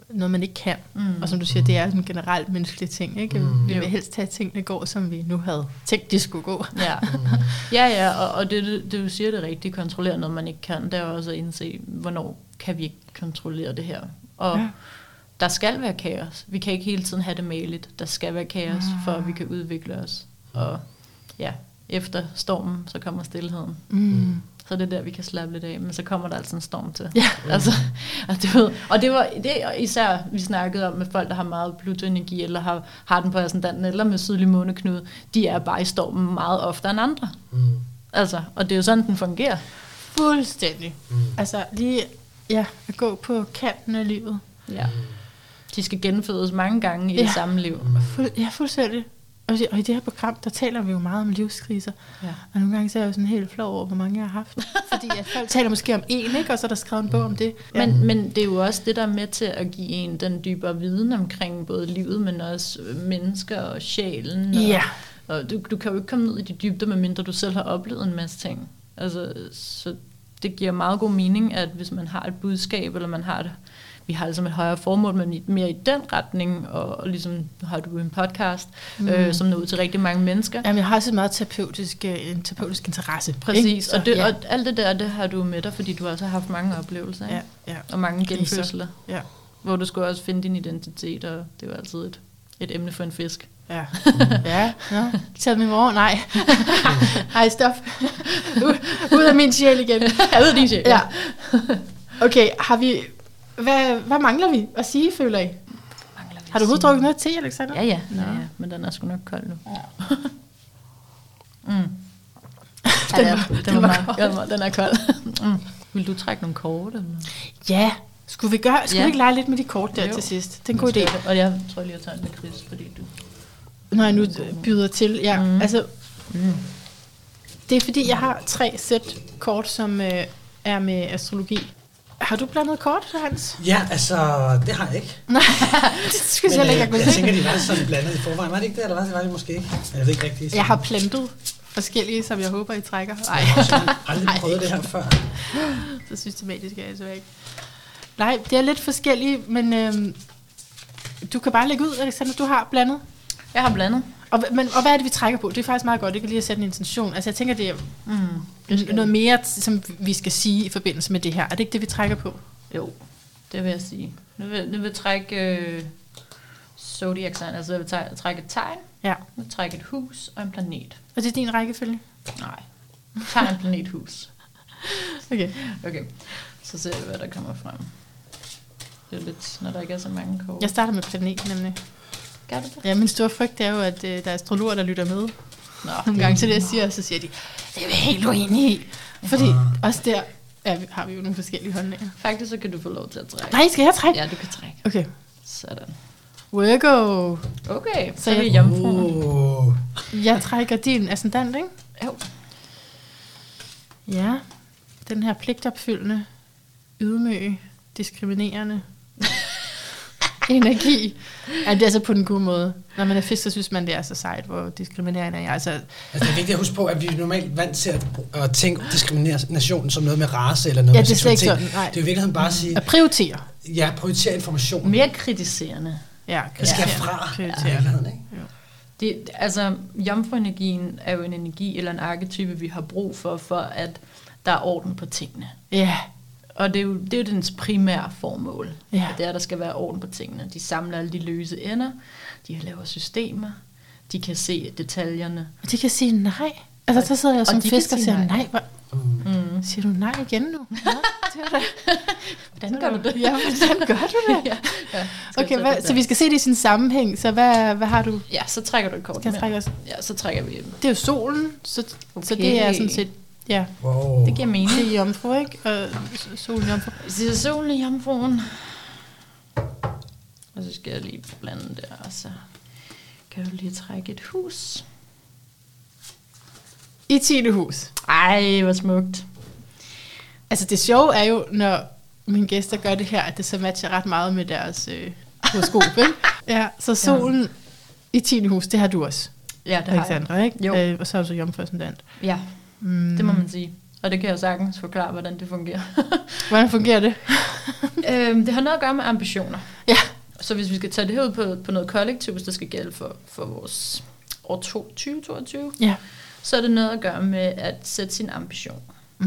noget, man ikke kan. Og som du siger, det er sådan en generelt menneskelig ting. Ikke? Vi vil helst have tingene går, som vi nu havde tænkt, de skulle gå. Ja, og det du siger, det rigtigt. Kontrollere noget, man ikke kan. Det er også at indse, hvornår kan vi ikke kontrollere det her. Og der skal være kaos. Vi kan ikke hele tiden have det maligt. Der skal være kaos, for at vi kan udvikle os. Og efter stormen, så kommer stilheden. Så det er der, vi kan slappe lidt af. Men så kommer der altså en storm til. Altså, og det var det især, vi snakkede om med folk, der har meget Pluto-energi, eller har den på ascendanten, eller med sydlig måneknude. De er bare i stormen meget oftere end andre. Altså, og det er jo sådan, den fungerer. Fuldstændig. Altså lige at gå på kanten af livet. Ja. De skal genfødes mange gange i det samme liv. Fuldstændig. Og i det her program, der taler vi jo meget om livskriser. Og nogle gange så er jeg jo sådan helt flov over, hvor mange jeg har haft. Fordi at folk taler måske om én, ikke? Og så er der skrevet en bog om det. Men det er jo også det, der er med til at give en den dybere viden omkring både livet, men også mennesker og sjælen. Og du kan jo ikke komme ned i de dybder, medmindre du selv har oplevet en masse ting. Altså, så det giver meget god mening, at hvis man har et budskab, eller man har det, vi har altså et højere formål, men mere i den retning, og ligesom har du en podcast, som når ud til rigtig mange mennesker. Jamen, jeg har også en meget terapeutisk interesse. Præcis, og alt det der, det har du med dig, fordi du også har haft mange oplevelser, og mange genfødsler, hvor du skulle også finde din identitet, og det er jo altid et emne for en fisk. Tag mig i morgen, nej. Ej, stop. Ud af min sjæl igen. Ud af din sjæl, Okay, har vi... Hvad mangler vi at sige, føler I? Har du overhovedet drukket noget te, Alexander? Ja, men den er sgu nok kold nu. Den er kold. Vil du trække nogle kort? Eller? Ja, skulle vi ikke lege lidt med de kort der til sidst? Det er en god idé. Og jeg tror lige, at tage en lakrids, fordi du... Når jeg nu byder til, altså... Det er fordi, jeg har 3 sæt kort, som er med astrologi. Har du blandet kort, Hans? Ja, altså, det har jeg ikke. Nej, det skulle jeg ikke. Jeg tænker, de var sådan blandet i forvejen. Var det ikke det, eller hvad? Det var det måske ikke. Jeg ved ikke rigtigt. Jeg har plantet forskellige, som jeg håber, I trækker. Nej, jeg har aldrig prøvet det her før. Så systematisk er jeg så ikke. Nej, det er lidt forskellige, men du kan bare lægge ud, Alexander. Du har blandet. Jeg har blandet. Og hvad er det, vi trækker på? Det er faktisk meget godt. Det kan lige at sætte en intention. Altså, jeg tænker, det er noget mere, som vi skal sige i forbindelse med det her. Er det ikke det, vi trækker på? Jo, det vil jeg sige. Nu vil jeg trække zodiac sign. Altså, jeg vil trække et tegn. Ja. Jeg vil trække et hus og en planet. Og det er din rækkefølge? Nej. Tegn, planet, hus. Okay. Så ser vi, hvad der kommer frem. Det er lidt, når der ikke er så mange kort. Jeg starter med planet, nemlig. Gør det? Ja, min store frygt er jo, at der er astrologer, der lytter med. Nogle gange til det, jeg siger, så siger de, det er vi helt uenige i. Fordi også der har vi jo nogle forskellige holdninger. Faktisk så kan du få lov til at trække. Nej, skal jeg trække? Ja, du kan trække. Okay. Sådan. Virgo. Okay, så er vi jomfru. Jeg trækker din ascendant, ikke? Jo. Ja, den her pligtopfyldende, ydmyge, diskriminerende energi. Ja, det er altså på den gode måde. Når man er fisk, så synes man, det er så sejt, hvor diskriminerende er jeg. Altså, det er vigtigt at huske på, at vi er normalt vant til at tænke diskrimination som noget med race eller noget med seksualitet. Det er jo i virkeligheden bare at sige... At prioritere. Ja, prioritere information. Mere kritiserende. Ja, det skal fra ærligheden, ikke? Det, altså, jomfruenergien er jo en energi eller en arketype, vi har brug for at der er orden på tingene. Ja. Og det er jo dens primære formål. Ja. Det er, at der skal være orden på tingene. De samler alle de løse ender. De laver systemer. De kan se detaljerne. Og de kan sige nej. Altså, så sidder jeg som fisk og siger nej. Siger du nej igen nu? Ja, det var det. Hvordan gør du det? Ja, hvordan gør du det? Ja. Okay, så vi skal se det i sin sammenhæng. Så hvad har du? Ja, så trækker du et kort. Ja, så trækker vi. Det er jo solen, så det er sådan set... Ja, det giver mening. Det er jomfru, ikke? Og solen jomfru. Så solen i jomfruen. Og så skal jeg lige blande der, og så kan du lige trække et hus. I 10. hus. Ej, hvor smukt. Altså det sjove er jo, når mine gæster gør det her, at det så matcher ret meget med deres horoskop, ikke? Ja, så solen i 10. hus, det har du også. Ja, det har Alexandra, jeg. Ikke? Jo. Og så er du så jomfru ascendant. Ja, det må man sige. Og det kan jeg sagtens forklare, hvordan det fungerer. Hvordan fungerer det? Det har noget at gøre med ambitioner. Ja. Så hvis vi skal tage det her ud på noget kollektivt, hvis det skal gælde for vores år 2022, Ja. så er det noget at gøre med at sætte sin ambition.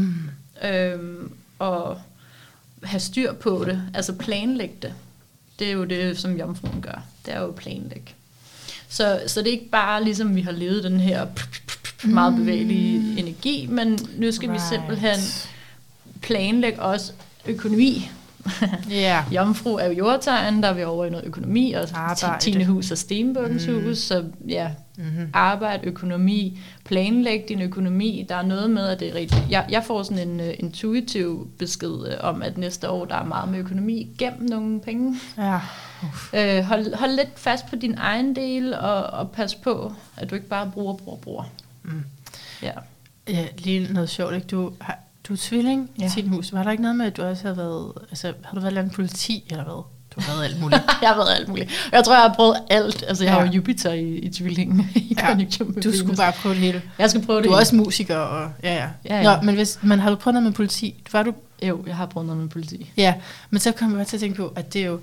Og have styr på det, altså planlægge det. Det er jo det, som jomfruen gør. Det er jo planlægge. Så det er ikke bare ligesom vi har levet den her meget bevægelige energi, men nu skal vi simpelthen planlægge også økonomi. Yeah. Jomfru er jo jordtegn, der er vi over i noget økonomi, og Tine hus og Stenbukkens hus, så ja, arbejde, økonomi, planlæg din økonomi, der er noget med, at det er rigtigt. Jeg får sådan en intuitiv besked om, at næste år, der er meget med økonomi, gem nogle penge. Ja. Hold lidt fast på din egen del, og pas på, at du ikke bare bruger. Ja. Ja, lige noget sjovt, ikke? Du er tvilling i Tine hus. Var der ikke noget med, at du også havde været, altså har du været land politi, eller hvad? Du har været alt muligt. Jeg har været alt muligt. Jeg tror, jeg har prøvet alt. Altså, jeg har jo Jupiter i tvillingen i konjunktion med du skulle bare prøve det hele. Jeg skal prøve det. Du er også musiker, og ja. Nå, men har du prøvet noget med politi? Var du? Jo, jeg har prøvet noget med politi. Ja, men så kommer jeg bare til at tænke på, at det er jo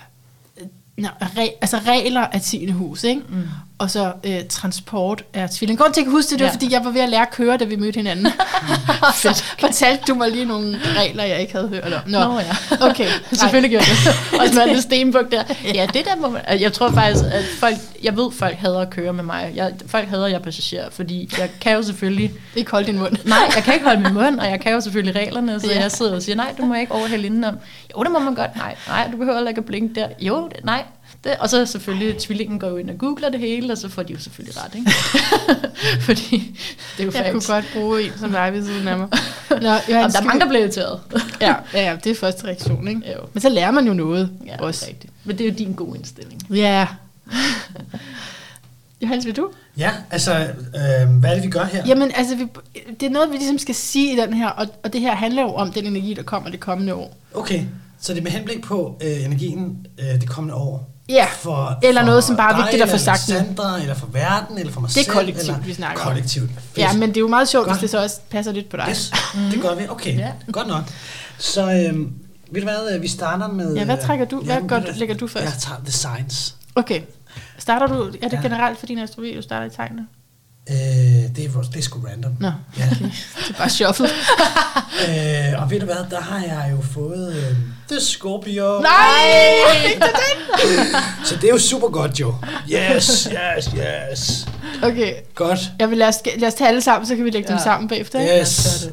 regler af Tine hus, ikke? Og så transport af tvilling. Grunden til, at jeg kan huske det, var, fordi jeg var ved at lære at køre, da vi mødte hinanden. Så fortalte du mig lige nogle regler, jeg ikke havde hørt om. Nå ja. Okay. Selvfølgelig gjorde det. Og så er det stenbuk der. Ja, det der må man... Jeg tror faktisk, at folk hader at køre med mig. Folk hader, at jeg er passager, fordi jeg kan jo selvfølgelig... Ikke holde din mund. Nej, jeg kan ikke holde min mund, og jeg kan jo selvfølgelig reglerne, så jeg sidder og siger, nej, du må ikke overhælde indenom. Jo, det må man godt. Nej, du behøver ikke at blinke der. Jo, nej. Og så selvfølgelig, tvillingen går jo ind og googler det hele, og så får de jo selvfølgelig ret, ikke? Fordi det er jo jeg kunne godt bruge en som dig ved siden af mig. Nå, der er mange, der bliver irriteret. ja, det er første reaktion, ikke? Jo. Men så lærer man jo noget. Ja, også. Rigtigt. Men det er jo din gode indstilling. Ja. Johannes, vil du? Ja, altså, hvad er det, vi gør her? Jamen, altså, det er noget, vi ligesom skal sige i den her, og det her handler jo om den energi, der kommer det kommende år. Okay, så det er med henblik på energien det kommende år? Ja, eller noget, som bare er vigtigt at få sagt. Eller Sandra, eller for verden, eller for mig selv. Det er kollektivt, vi snakker om. Kollektivt. Ja, men det er jo meget sjovt, hvis det så også passer lidt på dig. Yes, det gør vi. Okay, godt nok. Så ved du hvad, vi starter med... Ja, hvad trækker du? Hvad lægger du først? Jeg tager The Signs. Okay. Starter du... Er det generelt for din astrologi, du starter i tegnene? Det er sgu random. Nå, okay. Det er bare shuffle. Og ved du hvad, der har jeg jo fået The Scorpio. Nej! Så det er jo super godt jo. Yes. Okay. Godt. Jeg vil lad os tage alle sammen, så kan vi lægge dem sammen bagefter. Ikke? Yes.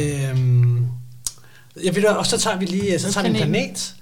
Jeg ved, og så tager vi lige en planet.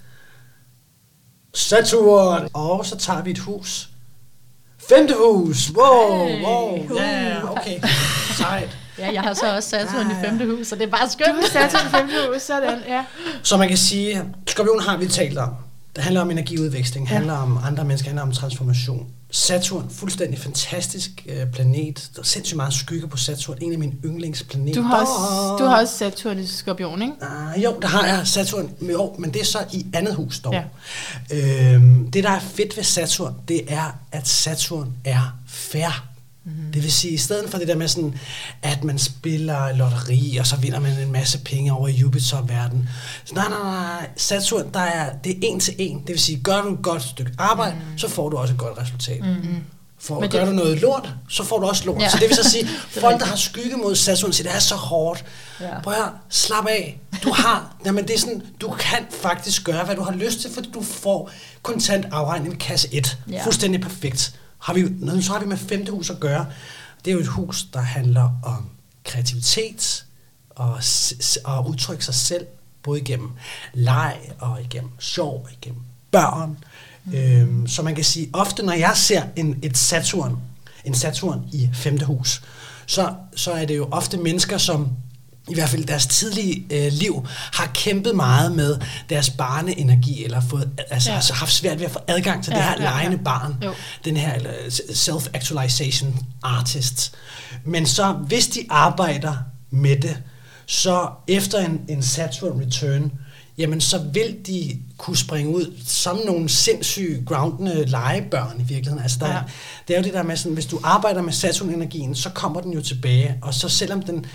Saturn. Og så tager vi et hus. 5. hus. Wow. Ja, okay. Sejt. Ja, jeg har så også Saturn i 5. hus, så det er bare skønt. Du har Saturn i 5. hus, sådan, ja. Så man kan sige, Skorpion har vi talt om. Det handler om energiudveksling, handler om andre mennesker, handler om transformation. Saturn, fuldstændig fantastisk planet. Der er sindssygt meget skygge på Saturn. En af mine yndlingsplaneter. Du har også Saturn i Skorpion, ikke? Jo, der har jeg Saturn med år, men det er så i andet hus dog. Ja. Det, der er fedt ved Saturn, det er, at Saturn er fair. Det vil sige, i stedet for det der med sådan, at man spiller lotteri, og så vinder man en masse penge over i Jupiter-verden. Nej. Saturn, det er 1 til 1. Det vil sige, gør du et godt stykke arbejde, så får du også et godt resultat. Gør du noget lort, så får du også lort. Ja. Så det vil så sige, folk, der har skygge mod Saturn, siger, det er så hårdt. Ja. Prøv at høre, slap af. Det er sådan, du kan faktisk gøre, hvad du har lyst til, fordi du får kontant afregning kasse 1. Ja. Fuldstændig perfekt. Så har vi med 5. hus at gøre. Det er jo et hus, der handler om kreativitet og udtrykke sig selv, både igennem leg og igennem sjov og igennem børn. Så man kan sige, ofte når jeg ser en Saturn i 5. hus, så er det jo ofte mennesker, som i hvert fald deres tidlige liv har kæmpet meget med deres barneenergi, eller har haft svært ved at få adgang til det her legende barn, den her self-actualization artist. Men så hvis de arbejder med det, så efter en Saturn return, jamen så vil de kunne springe ud som nogle sindssyge groundende legebørn i virkeligheden. Altså det er jo det der med sådan, hvis du arbejder med Saturn-energien, så kommer den jo tilbage, og så selvom den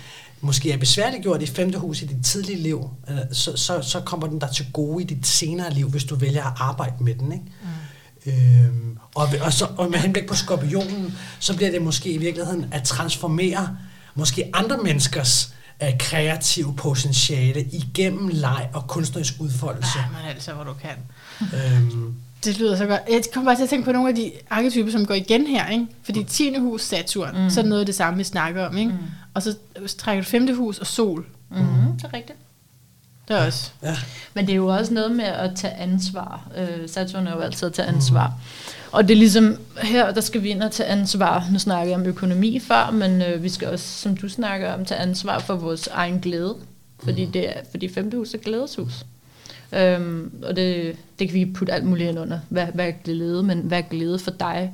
måske er besværliggjort i 5. hus i dit tidlige liv, så kommer den der til gode i dit senere liv, hvis du vælger at arbejde med den, ikke? Og med henblik på skorpionen, så bliver det måske i virkeligheden at transformere måske andre menneskers kreative potentiale igennem leg og kunstnerisk udfoldelse. Ja, men altså, hvor du kan. Det lyder så godt. Jeg kommer bare til at tænke på nogle af de arketyper, som går igen her, ikke? Fordi 10. hus, Saturn, så er det noget af det samme, vi snakker om, ikke? Og så trækker du 5. hus og sol. Det er rigtigt. Det er også. Ja. Men det er jo også noget med at tage ansvar. Saturn er jo altid at tage ansvar. Og det er ligesom, her der skal vi ind og tage ansvar. Nu snakker jeg om økonomi før, men vi skal også, som du snakker om, tage ansvar for vores egen glæde. Fordi 5. hus er glædeshus. Og det kan vi putte alt muligt ind under. Hvad er glæde, men hvad er glæde for dig?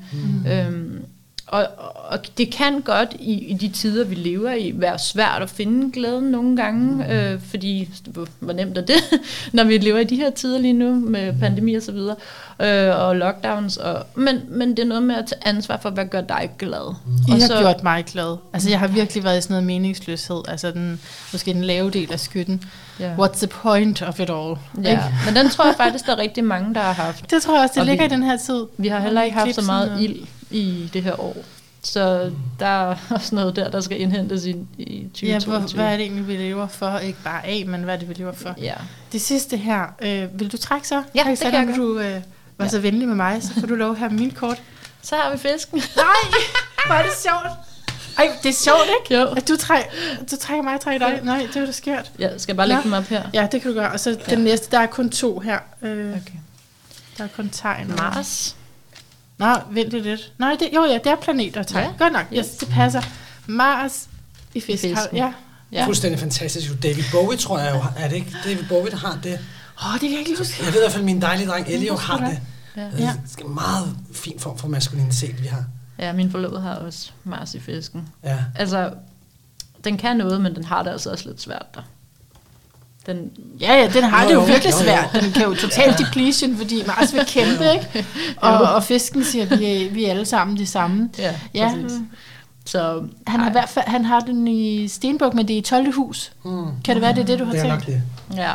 Og det kan godt i de tider, vi lever i, være svært at finde glæden nogle gange, fordi hvor nemt er det, når vi lever i de her tider lige nu, med pandemi og så videre, og lockdowns. Men det er noget med at tage ansvar for, hvad gør dig glad. I har gjort mig glad. Altså, jeg har virkelig været i sådan noget meningsløshed. Altså, måske den lave del af skytten. Yeah. What's the point of it all? Ja, men den tror jeg faktisk, der er rigtig mange, der har haft. Det tror jeg også, det ligger i den her tid. Vi har heller ikke haft så meget ild i det her år. Så der er også noget der skal indhentes i 2022. Ja, hvad er det egentlig, vi lever for? Ikke bare af, men hvad er det, vi lever for? Ja. Det sidste her, vil du trække så? Ja, det kan jeg du var så venlig med mig, så får du lov her med min kort. Så har vi fisken. Nej, hvor er det sjovt. Ej, det er sjovt, ikke? Jo. At du trækker mig, og trækker dig. Nej, det var da skørt. Ja, skal jeg bare lægge dem op her? Ja, det kan du gøre. Og så den næste, der er kun 2 her. Okay. Der er kun tegn. Mars. Nå, vent lidt. Nej, det er planeter tegn. Ja. Godt nok, yes, det passer. Mars i fisken. Ja. Fuldstændig fantastisk. David Bowie, tror jeg jo, er det ikke David Bowie, der har det? Det kan jeg ikke huske. Jeg ved i hvert fald, min dejlige dreng Elio har det. Ja. Det er en meget fin form for maskulinitet, vi har. Ja, min forlovede har også Mars i fisken. Ja. Altså, den kan noget, men den har det altså også lidt svært der. Den har det jo virkelig svært. Den kan jo totalt depletion, fordi Mars vil kæmpe, ikke? Og fisken siger, at vi er alle sammen de samme. Ja. Så han har den i Stenbuk, men det er i 12. hus. Kan det være, det er det, du har tænkt? Nok det. Ja.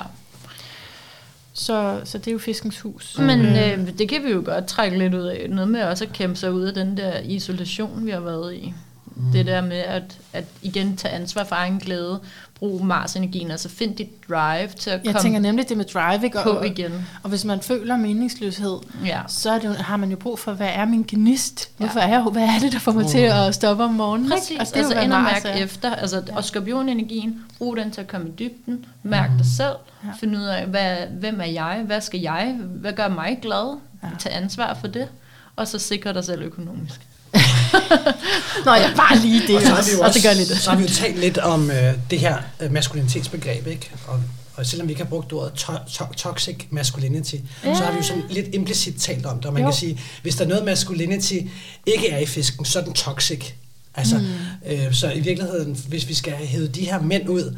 Så det er jo fiskens hus. Men det kan vi jo godt trække lidt ud af. Noget med også at kæmpe sig ud af den der isolation, vi har været i. Det der med at igen tage ansvar for egen glæde, bruge Mars-energien, altså find dit drive til at komme. Jeg tænker nemlig det med drive, ikke? På igen. Og hvis man føler meningsløshed, så har man jo brug for, hvad er min gnist? Hvad er det, der får mig til at stoppe om morgenen? Præcis, altså ind og mærke efter. Altså, og skorpionenergien, brug den til at komme i dybden, mærk dig selv, finde ud af, hvem er jeg, hvad skal jeg, hvad gør mig glad, tage ansvar for det, og så sikre dig selv økonomisk. Nå, jeg bare lige det. Så har vi jo talt lidt om det her maskulinitetsbegreb, ikke? Og selvom vi ikke har brugt ordet toxic masculinity, så har vi jo sådan lidt implicit talt om det. Og man kan sige, hvis der er noget masculinity ikke er i fisken, så er den toxic. Altså, så i virkeligheden, hvis vi skal have hævet de her mænd ud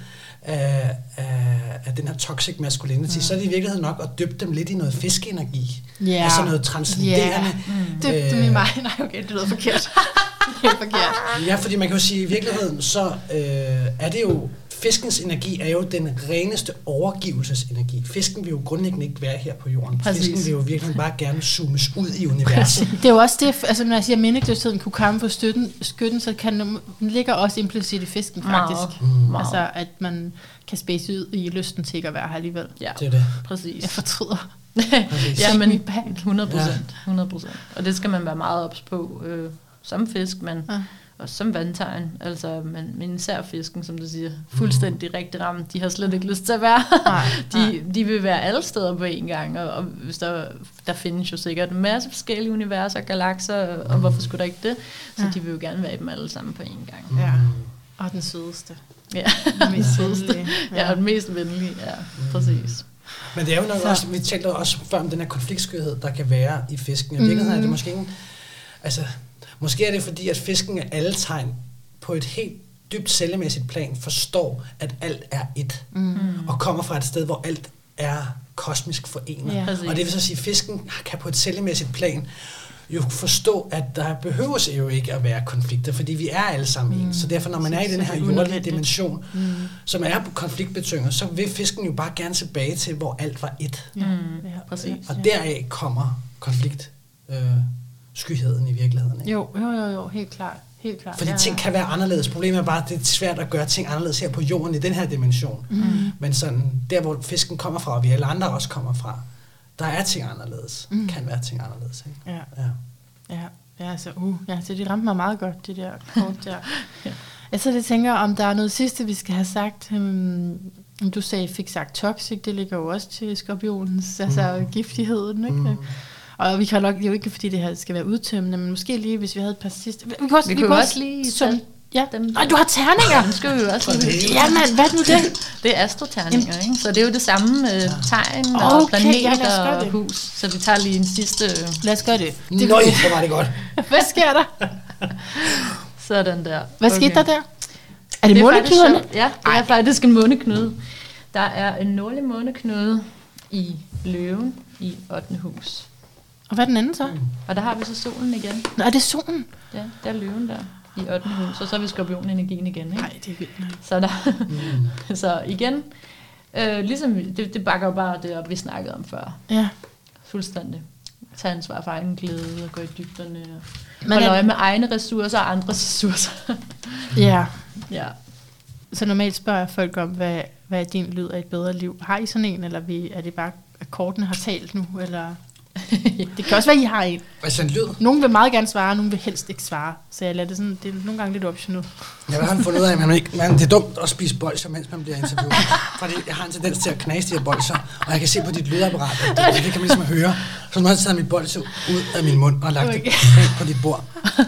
af den her toxic masculinity, så er det i virkeligheden nok at dyppe dem lidt i noget fiskeenergi. Altså noget transcenderende. Dyppe dem i mig. Nej, okay, det lyder forkert. Helt forkert. Ja, fordi man kan jo sige, at i virkeligheden, så er det jo, fiskens energi er jo den reneste overgivelsesenergi. Fisken vil jo grundlæggende ikke være her på jorden. Præcis. Fisken vil jo virkelig bare gerne zoomes ud i universet. Det er jo også det, altså når jeg siger, at meningsløsheden kunne komme på skytten, så den ligger også implicit i fisken faktisk. Altså at man kan spæse ud i lysten til ikke at være her alligevel. Ja, det er det. Præcis. Jeg fortryder. Ja, men 100%. Og det skal man være meget ops på som fisk, men og som vandtegn, altså, men især fisken, som du siger, fuldstændig rigtig ramt. De har slet ikke lyst til at være. De vil være alle steder på en gang, og hvis der findes jo sikkert en masse forskellige universer, galakser, og hvorfor skulle der ikke det? Så de vil jo gerne være i dem alle sammen på en gang. Ja. Og den sødeste. Ja, den mest sødeste. Ja, og den mest venlige, ja, præcis. Men det er jo nok også, vi talte også før om den her konfliktskørhed, der kan være i fisken. I virkeligheden er det måske ikke, altså, måske er det fordi, at fisken af alle tegn på et helt dybt cellemæssigt plan forstår, at alt er et. Og kommer fra et sted, hvor alt er kosmisk forenet. Ja. Og det vil så sige, at fisken kan på et cellemæssigt plan jo forstå, at der behøves jo ikke at være konflikter, fordi vi er alle sammen en. Så derfor, når man er i den her jordlige dimension, som er konfliktbetynget, så vil fisken jo bare gerne tilbage til, hvor alt var ét. Ja, præcis. Og deraf kommer skyheden i virkeligheden. Ikke? Jo, helt klart. Fordi ting kan være anderledes. Problemet er bare, at det er svært at gøre ting anderledes her på jorden i den her dimension. Men sådan, der hvor fisken kommer fra, og vi alle andre også kommer fra, der er ting anderledes. Kan være ting anderledes. Ikke? Så de ramte mig meget godt, det der kort der. Jeg så tænker, om der er noget sidste, vi skal have sagt. Du fik sagt toxic, det ligger jo også til skorpionens, altså giftigheden, ikke? Og vi kan nok, det er jo ikke fordi det her skal være udtømmende, men måske lige, hvis vi havde et par sidste... Vi kunne også lige... du har terninger! Den skal vi jo også lige... Jamen, hvad er nu det? Det er astroterninger, ikke? Så det er jo det samme tegn og planet og hus. Så vi tager lige en sidste... Lad os gøre det. Nøj, så var det godt. Hvad sker der? Sådan der. Hvad skete der? Er det måneknuderne? Ja, det er faktisk en måneknude. Der er en nordlig måneknude i Løven i 8. hus. Og hvad er den anden så? Og der har vi så solen igen. Nå, er det solen? Ja, der er Løven der i 8. hus. Og så har vi skorpionenergien igen, ikke? Nej, det er vildt nok. Så, der, så igen, ligesom det bakker jo bare det op, vi snakkede om før. Ja. Fuldstændig. Tag ansvar for egen glæde og gå i dybderne. Holde øje med egne ressourcer og andres ressourcer. Ja. Så normalt spørger jeg folk om, hvad er din lyd af et bedre liv? Har I sådan en, eller er det bare, at kortene har talt nu, eller... Det kan også være, I har en. Altså en lyd? Nogen vil meget gerne svare, nogen vil helst ikke svare. Så jeg lader det sådan, det er nogle gange lidt optional. Jeg har fundet ud af, at det er dumt at spise bolsjer, mens man bliver interviewet. Fordi jeg har en tendens til at knase de her bolsjer, og jeg kan se på dit lydapparat, at det kan man ligesom høre. Så nu har jeg taget mit bolsje ud af min mund og lagt det på dit bord.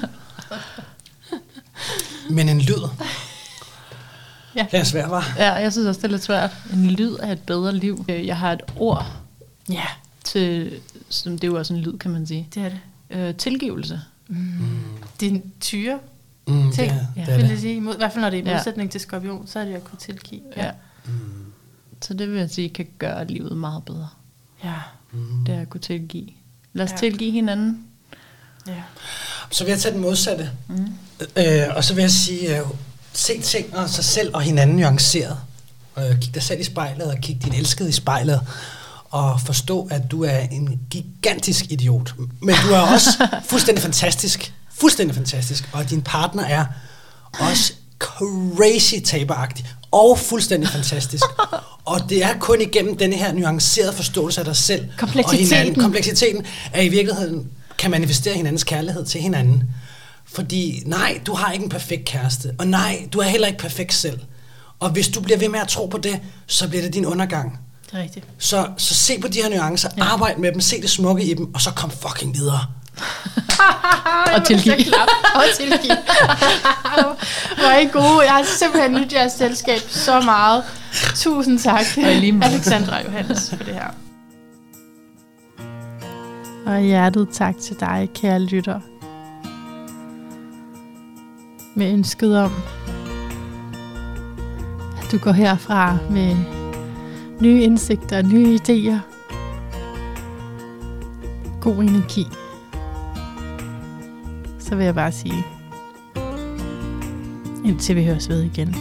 Men en lyd... Ja. Det er svært, hva'? Ja, jeg synes også, det er lidt svært. En lyd af et bedre liv. Jeg har et ord til, som det er jo også en lyd, kan man sige. Det er det. Tilgivelse. Det er en tyre ting, vil jeg sige. I hvert fald når det er i modsætning til skorpion, så er det at kunne tilgive. Ja. Så det vil jeg sige, kan gøre livet meget bedre. Ja. Det er at kunne tilgive. Lad os tilgive hinanden. Ja. Så vil jeg tage den modsatte. Og så vil jeg sige, se ting og sig selv og hinanden nuanceret. Kig dig selv i spejlet, og kig din elskede i spejlet. Og forstå, at du er en gigantisk idiot. Men du er også fuldstændig fantastisk. Fuldstændig fantastisk. Og din partner er også crazy taberagtig. Og fuldstændig fantastisk. Og det er kun igennem denne her nuancerede forståelse af dig selv. Kompleksiteten er i virkeligheden kan manifestere hinandens kærlighed til hinanden. Fordi nej, du har ikke en perfekt kæreste. Og nej, du er heller ikke perfekt selv. Og hvis du bliver ved med at tro på det, så bliver det din undergang. Det er rigtigt. Så se på de her nuancer, arbejd med dem, se det smukke i dem, og så kom fucking videre. Og tilgive. Og tilgive. Hvor er I gode. Jeg har simpelthen nydt jeres selskab så meget. Tusind tak, Alexandra Johannes, for det her. Og hjertet tak til dig, kære lytter. Med ønsket om, at du går herfra med nye indsigter, nye idéer, god energi. Så vil jeg bare sige, indtil vi høres ved igen.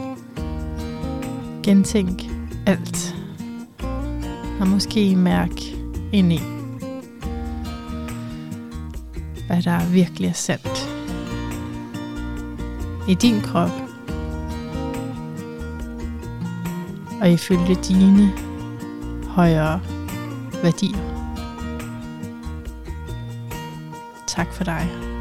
Gentænk alt, og måske mærk ind i, hvad der virkelig er sandt i din krop, og ifølge dine højere værdier. Tak for dig.